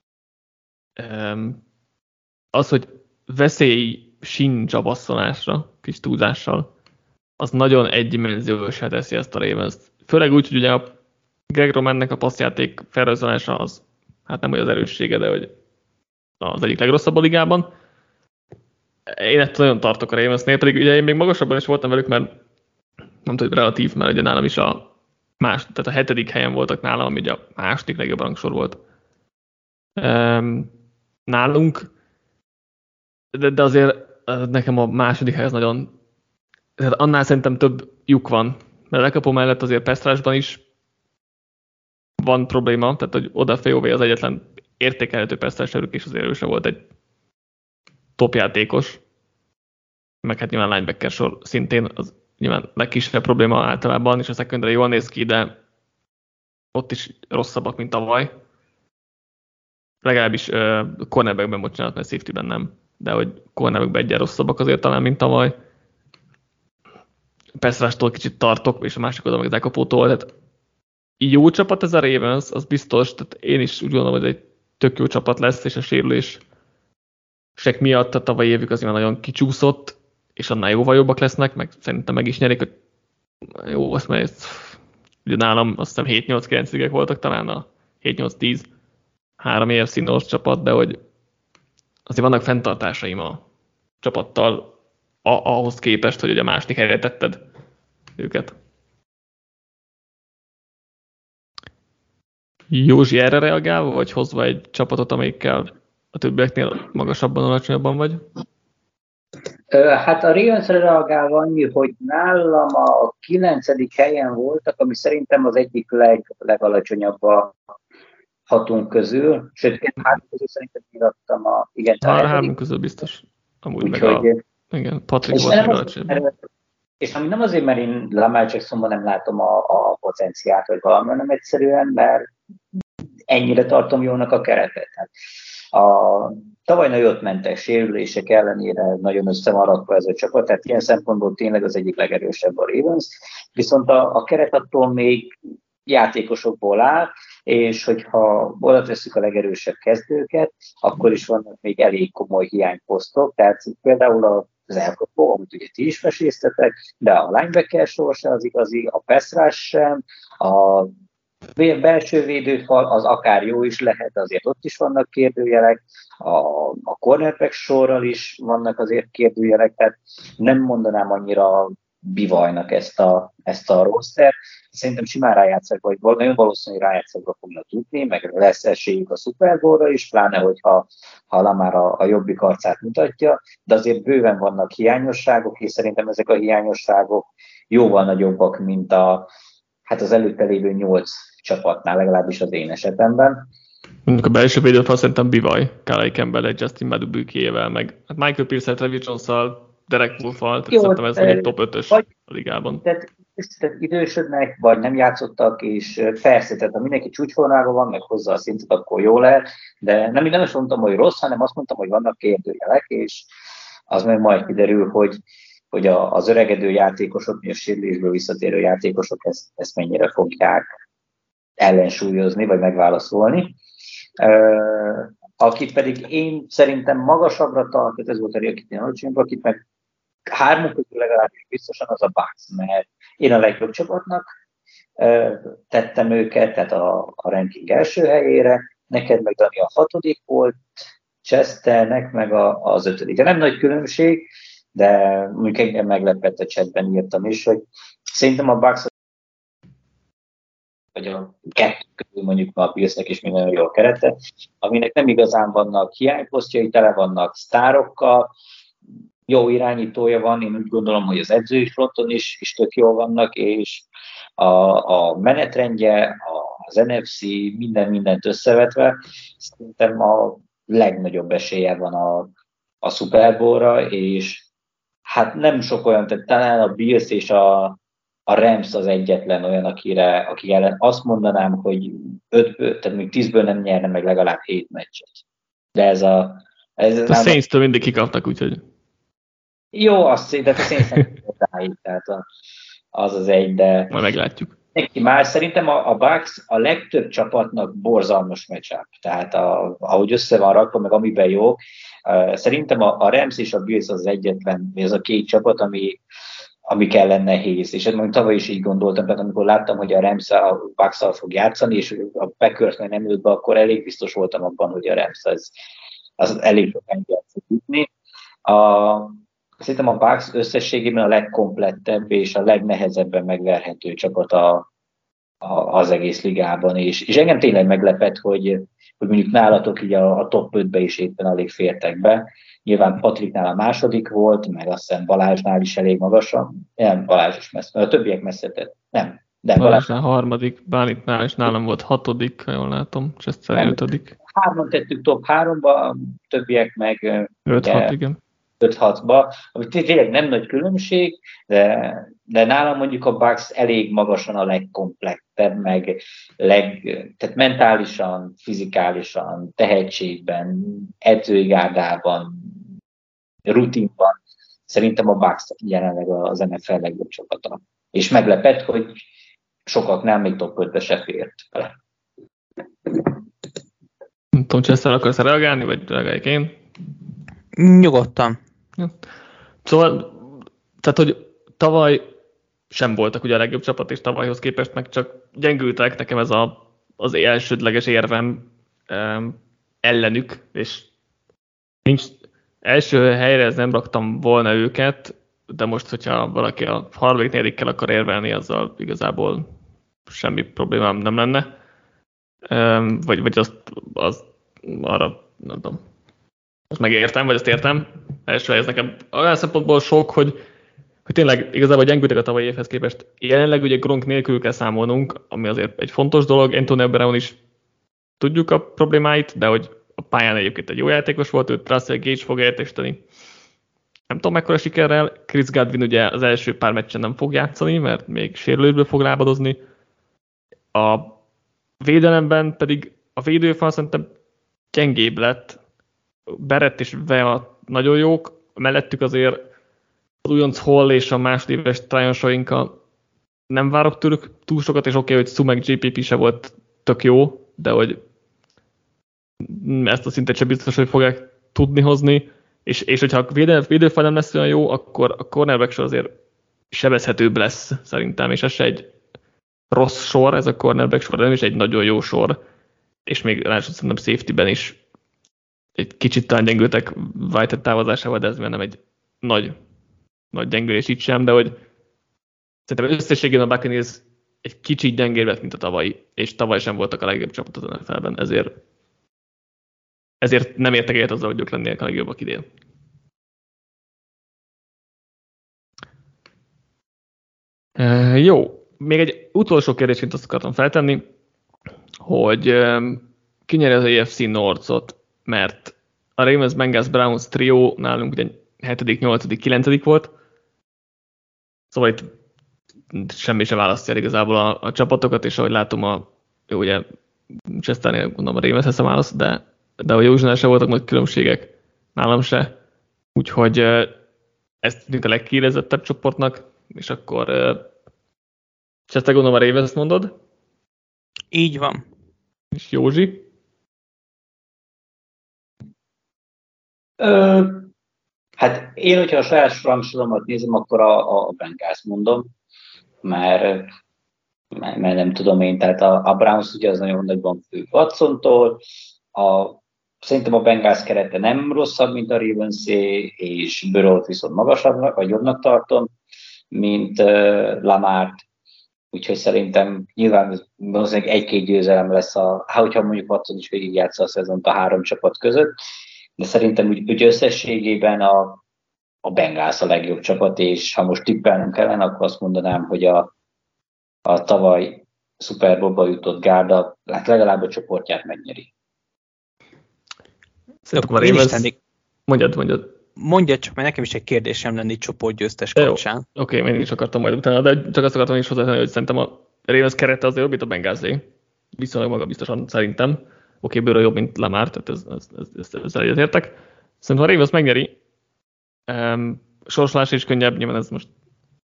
az, hogy veszély sincs a basszolásra, kis túlzással, az nagyon egydimenziósá teszi ezt a Ravens-t. Főleg úgy, hogy ugye a Greg Romannek a passzjáték felrajzolása az, hát nem olyan az erőssége, de hogy az egyik legrosszabb a ligában. Én ettől nagyon tartok a Ravensnél, pedig ugye én még magasabban is voltam velük, mert nem tudom, relatív, mert ugye nálam is tehát a 7. helyen voltak nálam, ami ugye a második legjobb rangsor volt nálunk. De azért nekem a második hely az nagyon... Tehát annál szerintem több lyuk van. Mert a lekapó mellett azért pass-rushban is van probléma, tehát hogy Oda Fayové az egyetlen értékelhető pass-rusherük, és azért ő sem volt egy top játékos. Meg hát nyilván linebacker sor szintén az nyilván legkisebb probléma általában, és a secondary jól néz ki, de ott is rosszabbak, mint tavaly. Legalábbis cornerbackben, bocsánat, mert safety-ben nem. De hogy cornerbackben egyen rosszabbak azért talán, mint tavaly. Pass-rush-tól kicsit tartok, és a másik oda meg az elkapótól. Tehát jó csapat ez a Ravens, az biztos. Tehát én is úgy gondolom, hogy egy tök jó csapat lesz, és a sérülések miatt a tavalyi évük azért nagyon kicsúszott, és annál jóval jobbak lesznek, meg szerintem meg is nyerik, hogy jó, azt mert ugye nálam azt hiszem 7-8-9 ligek voltak talán a 7-8-10 3 AFC North csapat, de hogy azért vannak fenntartásaim a csapattal ahhoz képest, hogy ugye a második helyre tetted őket. Józsi erre reagálva, vagy hozva egy csapatot, amelyikkel a többieknél magasabban, alacsonyabban vagy? Hát a Ravensre reagálva annyi, hogy nálam a 9. helyen voltak, ami szerintem az egyik legalacsonyabb a hatunk közül, sőt, 3 közül szerintem írattam a... Igen, 3 közül biztos. Amúgy úgyhogy, igen, Patrick volt még alacsonyabb. És ami nem azért, mert én Lamar Jacksonban nem látom a potenciált, vagy valami, hanem egyszerűen, mert ennyire tartom jónak a keretet. Tavaly nagyon ott mentek sérülések ellenére, nagyon összemaradva ez a csapat, tehát ilyen szempontból tényleg az egyik legerősebb a Ravens, viszont a keret attól még játékosokból áll, és hogyha oda tesszük a legerősebb kezdőket, akkor is vannak még elég komoly hiányposztok, tehát például az elkapó, amit ugye ti is meséztetek, de a linebacker sor sem az igazi, a pass rush sem, a belső védőfal az akár jó is lehet, azért ott is vannak kérdőjelek, a cornerback sorral is vannak azért kérdőjelek, tehát nem mondanám annyira bivajnak ezt a roster. Szerintem simán rájátszak, vagy nagyon valószínű, hogy rájátszakba fognak jutni, meg lesz esélyük a Super Bowl-ra is, pláne, hogyha Lamar a jobbik arcát mutatja, de azért bőven vannak hiányosságok, és szerintem ezek a hiányosságok jóval nagyobbak, mint az előtte lévő 8 csapatnál, legalábbis az én esetemben. Mondjuk a belső védőfal szerintem bivaj, Calais Campbell, egy Justin Madubukével, meg Michael Pierce-el, Travis Jones-szal, Derek Wolff-al, tehát szerintem ez egy top 5-ös a ligában. Tehát idősödnek, vagy nem játszottak, és persze, tehát ha mindenki csúcsformában van, meg hozzá a szintet, akkor jó lehet, de nem is mondtam, hogy rossz, hanem azt mondtam, hogy vannak kérdőjelek, és az meg majd kiderül, hogy az öregedő játékosok, vagy a sérülésből visszatérő játékosok ezt mennyire fogják ellensúlyozni, vagy megválaszolni. Akit pedig én szerintem magasabbra tart, ez volt a Riakitén alacsonyabb, akit meg hármunk közül legalábbis biztosan az a Bucks, mert én a legjobb csapatnak tettem őket, tehát a ranking első helyére, neked meg Dani a 6. volt, Chesternek meg az 5. De nem nagy különbség, de mondjuk engem meglepett, a chatben írtam is, hogy szerintem a Bucks vagy a kettő közül mondjuk ma a Billsnek is még nagyon jó a kerete, aminek nem igazán vannak hiányposztjai, tele vannak sztárokkal, jó irányítója van, én úgy gondolom, hogy az edzői fronton is tök jól vannak, és a menetrendje, az NFC, mindent összevetve, szerintem a legnagyobb esélye van a Super Bowl-ra, és hát nem sok olyan, tehát talán a Bills és a Rams az egyetlen olyan, aki ellen azt mondanám, hogy 5-ből, tehát még 10-ből nem nyerne meg legalább 7 meccset. De ez a Saints-től mindig kikaptak, úgyhogy... Jó, de a Saints nem odáig, tehát az egy, de... Majd meglátjuk. Neki más, szerintem a Bucks a legtöbb csapatnak borzalmas matchup, tehát ahogy össze van rakva, meg amiben jók, szerintem a Rams és a Bills az egyetlen, ez a két csapat, ami ellen nehéz. És mondjuk tavaly is így gondoltam, tehát amikor láttam, hogy a Rams a Bucks-szal fog játszani, és a Packers meg nem jött be, akkor elég biztos voltam abban, hogy a Rams az elég sok engedélyt fog jutni. Szerintem a Bucks összességében a legkomplettebb és a legnehezebben megverhető csapat az egész ligában. És engem tényleg meglepett, hogy mondjuk nálatok így a top 5-be is éppen alig fértek be. Nyilván Patriknál a második volt, meg azt hiszem Balázsnál is elég magasan. Nem, Balázs is messze, a többiek messze tett. Nem. De Balázsnál 3., Bálintnál és nálam volt 6., ha jól látom, és ezt 5. 3-on tettük top 3-ba, többiek meg 5-6, igen. 5-6-ba, ami tényleg nem nagy különbség, de nálam mondjuk a Bucks elég magasan a legkomplettebb, meg tehát mentálisan, fizikálisan, tehetségben, edzői gárdában, rutinban. Szerintem a Bucks jelenleg az NFL legjobb csapata. És meglepett, hogy sokaknál még top 5-be se fért bele. Nem tudom, Csesztel akarsz reagálni, vagy reagáljak én? Nyugodtan. Ja. Szóval, tehát, hogy tavaly sem voltak ugye a legjobb csapat, és tavalyhoz képest meg csak gyengültek, nekem ez az elsődleges érvem ellenük, és nincs első helyre, ez nem raktam volna őket, de most, hogyha valaki a 3.-4. akar érvelni, azzal igazából semmi problémám nem lenne. Vagy azt arra, nem tudom, azt megértem, vagy azt értem. Első ez nekem olyan szempontból sok, hogy tényleg igazából gyengültek a tavalyi évhez képest. Jelenleg ugye Gronk nélkül kell számolnunk, ami azért egy fontos dolog. Antonio Brown is tudjuk a problémáit, de hogy a pályán egyébként egy jó játékos volt, őt Russell Gage fog értesíteni. Nem tudom mekkora sikerrel. Chris Godwin ugye az első pár meccsen nem fog játszani, mert még sérülésből fog lábadozni. A védelemben pedig a védőfal szerintem gyengébb lett. Barrett és Vea nagyon jók, mellettük azért az újonc Hall és a másodéves Tryon Shoyinka nem várok tőlük túl sokat, és oké, hogy Su meg JPP se volt tök jó, de hogy ezt a szintet sem biztos, hogy fogják tudni hozni, és hogyha a védőfal nem lesz olyan jó, akkor a cornerback sor azért sebezhetőbb lesz szerintem, és ez se egy rossz sor, ez a cornerback sor, nem is egy nagyon jó sor, és még lássuk szerintem safety-ben is egy kicsit talán gyengültek Whitehead távozásával, de ez már nem egy nagy gyengülés itt sem, de hogy szerintem összességében a Buccaneers egy kicsit gyengébb lett, mint a tavalyi, és tavaly sem voltak a legjobb csapatot a NFL-ben, ezért nem értek egyet azzal, hogy ők lennének a legjobbak idén. Jó, még egy utolsó kérdésként azt akartam feltenni, hogy ki nyeri az AFC North-ot, mert a Ravens, Bengals, Browns trió nálunk ugye 7., 8., 9. volt, szóval itt semmi sem választja igazából a csapatokat, és ahogy látom, jó, ugye Chesternél gondolom a Ravens a válasz, de a Józsnál se voltak nagy különbségek, nálam se, úgyhogy ezt tűnik a legkiélezettebb csoportnak, és akkor Chester gondolom a Ravens mondod? Így van. És Józsi? Hát én, hogyha a saját rangsoromat nézem, akkor a Bengals mondom, mert nem tudom én, tehát a Browns ugye az nagyon nagyban függ Watsontól, szerintem a Bengals kerete nem rosszabb, mint a Ravensé, és Burrow-t viszont magasabbnak, vagy jobbnak tartom, mint Lamart, úgyhogy szerintem nyilván valószínűleg egy-két győzelem lesz, hogyha mondjuk Watson is végigjátsza a szezont a három csapat között, de szerintem úgy összességében a Bengals a legjobb csapat, és ha most tippelnem kellene, akkor azt mondanám, hogy a tavaly Super Bowl-ba jutott gárda, hát legalább a csoportját megnyeri. Szerintem a Ravens... Mondjad. Mondjad csak, mert nekem is egy kérdésem lenni csoportgyőztes kapcsán. Oké, én is akartam majd utána, de csak azt akartam is hozzátenni, hogy szerintem a Ravens kerete azért jobb, mint a Bengalsé. Viszonylag magabiztosan szerintem. Oké, Burrow jobb, mint Lamar, tehát ezzel egyetértek. Szerintem a Ravens megnyeri. Sorsolás is könnyebb, nyilván ez most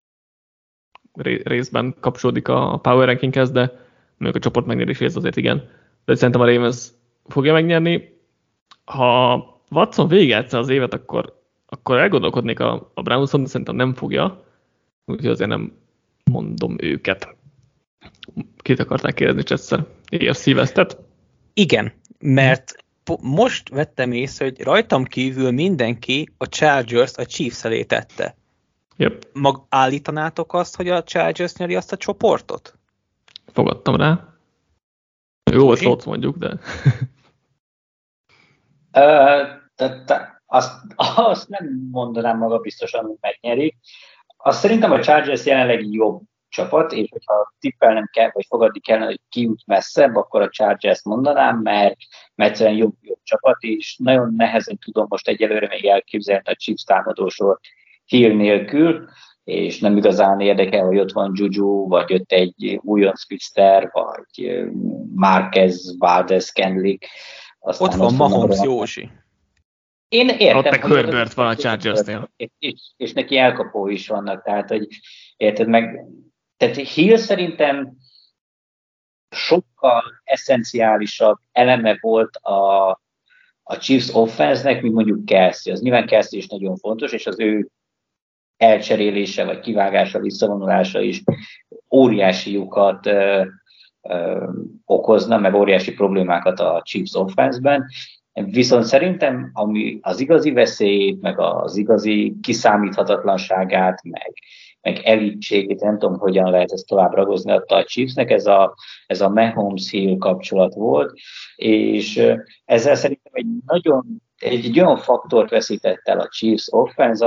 részben kapcsolódik a Power Rankinghez, de mondjuk a csoport megnyerés ez azért igen. De szerintem a Ravens fogja megnyerni. Ha Watson végigjátsza az évet, akkor elgondolkodnék a Brownson, de szerintem nem fogja. Úgyhogy azért nem mondom őket. Kit akarták kérdezni Csetszer? AFC Westet? Igen, mert most vettem észre, hogy rajtam kívül mindenki a Chargers a Chiefs elé tette. Yep. Állítanátok azt, hogy a Chargers nyeri azt a csoportot? Fogadtam rá. Jó volt Lotz mondjuk, de... Azt nem mondanám magabiztosan, hogy megnyeri. Azt szerintem a Chargers jelenleg jobb csapat, és hogyha tippelnem kell, vagy fogadni kellene, hogy ki jut messzebb, akkor a Chargers mondanám, mert egyszerűen jobb csapat, és nagyon nehezen tudom most egyelőre még elképzelni a Chiefs támadósor Hill nélkül, és nem igazán érdekel, hogy ott van Juju, vagy ott egy újonc Spitzer, vagy Marquez, Valdez-Scantling. Ott van Mahomes Józsi. Én értem, ott meg Herbert van a Chargersnél. És neki elkapó is vannak, tehát, hogy érted meg, tehát Hill szerintem sokkal eszenciálisabb eleme volt a Chiefs offense-nek, mint mondjuk Kelsey. Az nyilván Kelsey is nagyon fontos, és az ő elcserélése, vagy kivágása, visszavonulása is óriási lyukat okozna, meg óriási problémákat a Chiefs offense-ben. Viszont szerintem, ami az igazi veszélyét, meg az igazi kiszámíthatatlanságát, meg elitségét, nem tudom, hogyan lehet ezt tovább ragozni a Chiefsnek, ez a Mahomes-Hill kapcsolat volt, és ezzel szerintem egy olyan faktort veszített el a Chiefs offense,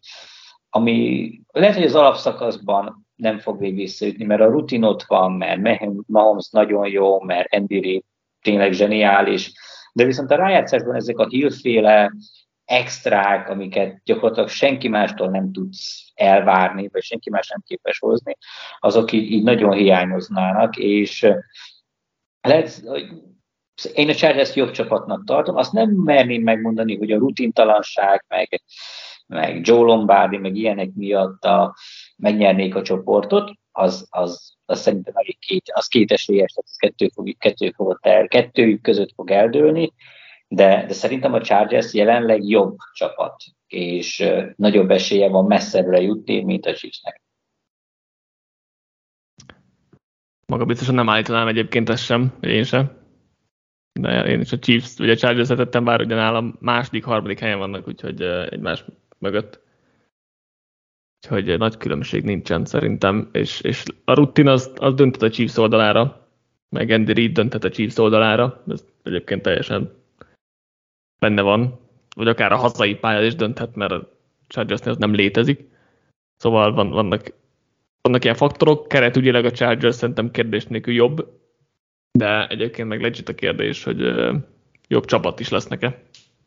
ami lehet, hogy az alapszakaszban nem fog még visszaütni, mert a rutin ott van, mert Mahomes nagyon jó, mert Andy Reid tényleg zseniális, de viszont a rájátszásban ezek a Hill-féle extrák, amiket gyakorlatilag senki mástól nem tudsz elvárni, vagy senki más nem képes hozni, azok így nagyon hiányoznának, és lehet, én a Chargers jobb csapatnak tartom, azt nem merném megmondani, hogy a rutintalanság, meg Joe Lombardi, meg ilyenek miatt megnyernék a csoportot, az szerintem elég kétesélyes, tehát kettőjük között fog eldőlni, de szerintem a Chargers jelenleg jobb csapat, és nagyobb esélye van messzebbre jutni, mint a Chiefsnek. Maga biztosan nem állítanám egyébként ezt sem, én sem. De én is a Chiefs, vagy a Chargers-et tettem, bár ugye nálam második, harmadik helyen vannak, úgyhogy egymás mögött. Úgyhogy nagy különbség nincsen szerintem, és a rutin az dönthet a Chiefs oldalára, meg Andy Reid dönthet a Chiefs oldalára, ez egyébként teljesen benne van, vagy akár a hazai pálya is dönthet, mert a Chargersnél az nem létezik. Szóval vannak ilyen faktorok, keretügyileg a Chargers szerintem kérdés nélkül jobb, de egyébként meg legit a kérdés, hogy jobb csapat is lesznek-e.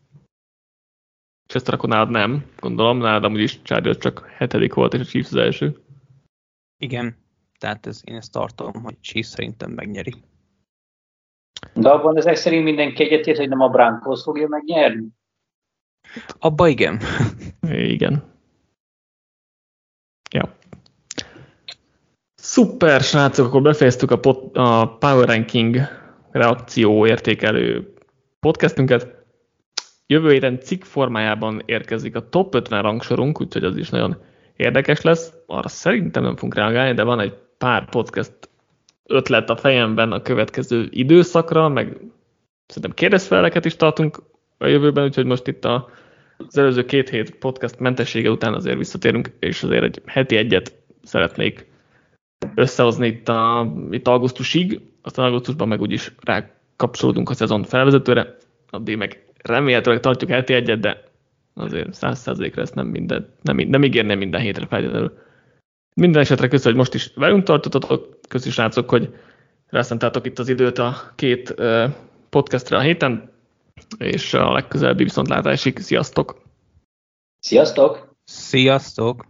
És ezt akkor nálad nem, gondolom, nálad amúgy is Chargers csak 7. volt, és a Chiefs az első. Igen, tehát én ezt tartom, hogy Chiefs szerintem megnyeri. De abban ezek szerint mindenki egyetért, hogy nem a Broncos fogja megnyerni? Abba igen. Igen. Ja. Szuper, srácok, akkor befejeztük a Power Ranking reakció értékelő podcastünket. Jövő héten cikk formájában érkezik a top 50 rangsorunk, úgyhogy az is nagyon érdekes lesz. Arra szerintem nem fogunk reagálni, de van egy pár podcast ötlet a fejemben a következő időszakra, meg szerintem kérdezfeleleket is tartunk a jövőben, úgyhogy most itt az előző 2 hét podcast mentessége után azért visszatérünk, és azért egy heti egyet szeretnék összehozni itt augusztusig, aztán augusztusban meg úgyis rákapcsolódunk a szezon felvezetőre, addig meg remélhetőleg tartjuk heti egyet, de azért 100%-ra ezt nem ígérne minden hétre feltétlenül. Minden esetre köszönöm, hogy most is velünk tartottatok, köszi srácok, hogy rászántátok itt az időt a 2 podcastra a héten, és a legközelebbi viszontlátásig. Sziasztok! Sziasztok! Sziasztok!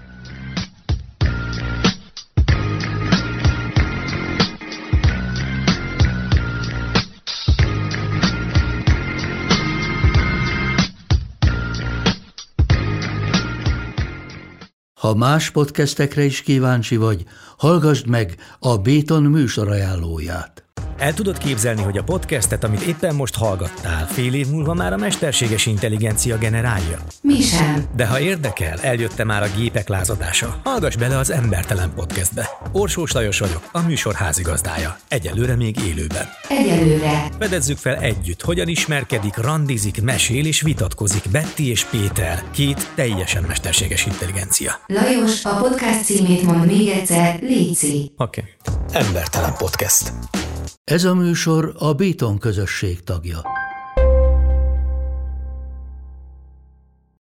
Ha más podcastekre is kíváncsi vagy, hallgassd meg a Béton műsor ajánlóját. El tudod képzelni, hogy a podcastet, amit éppen most hallgattál, fél év múlva már a mesterséges intelligencia generálja? Mi sem. De ha érdekel, eljött már a gépek lázadása. Hallgass bele az Embertelen Podcastbe. Orsós Lajos vagyok, a műsor házigazdája. Egyelőre még élőben. Egyelőre. Fedezzük fel együtt, hogyan ismerkedik, randizik, mesél és vitatkozik Betty és Péter, 2 teljesen mesterséges intelligencia. Lajos, a podcast címét mondd még egyszer, léci. Oké. Embertelen Podcast. Ez a műsor a Béton közösség tagja.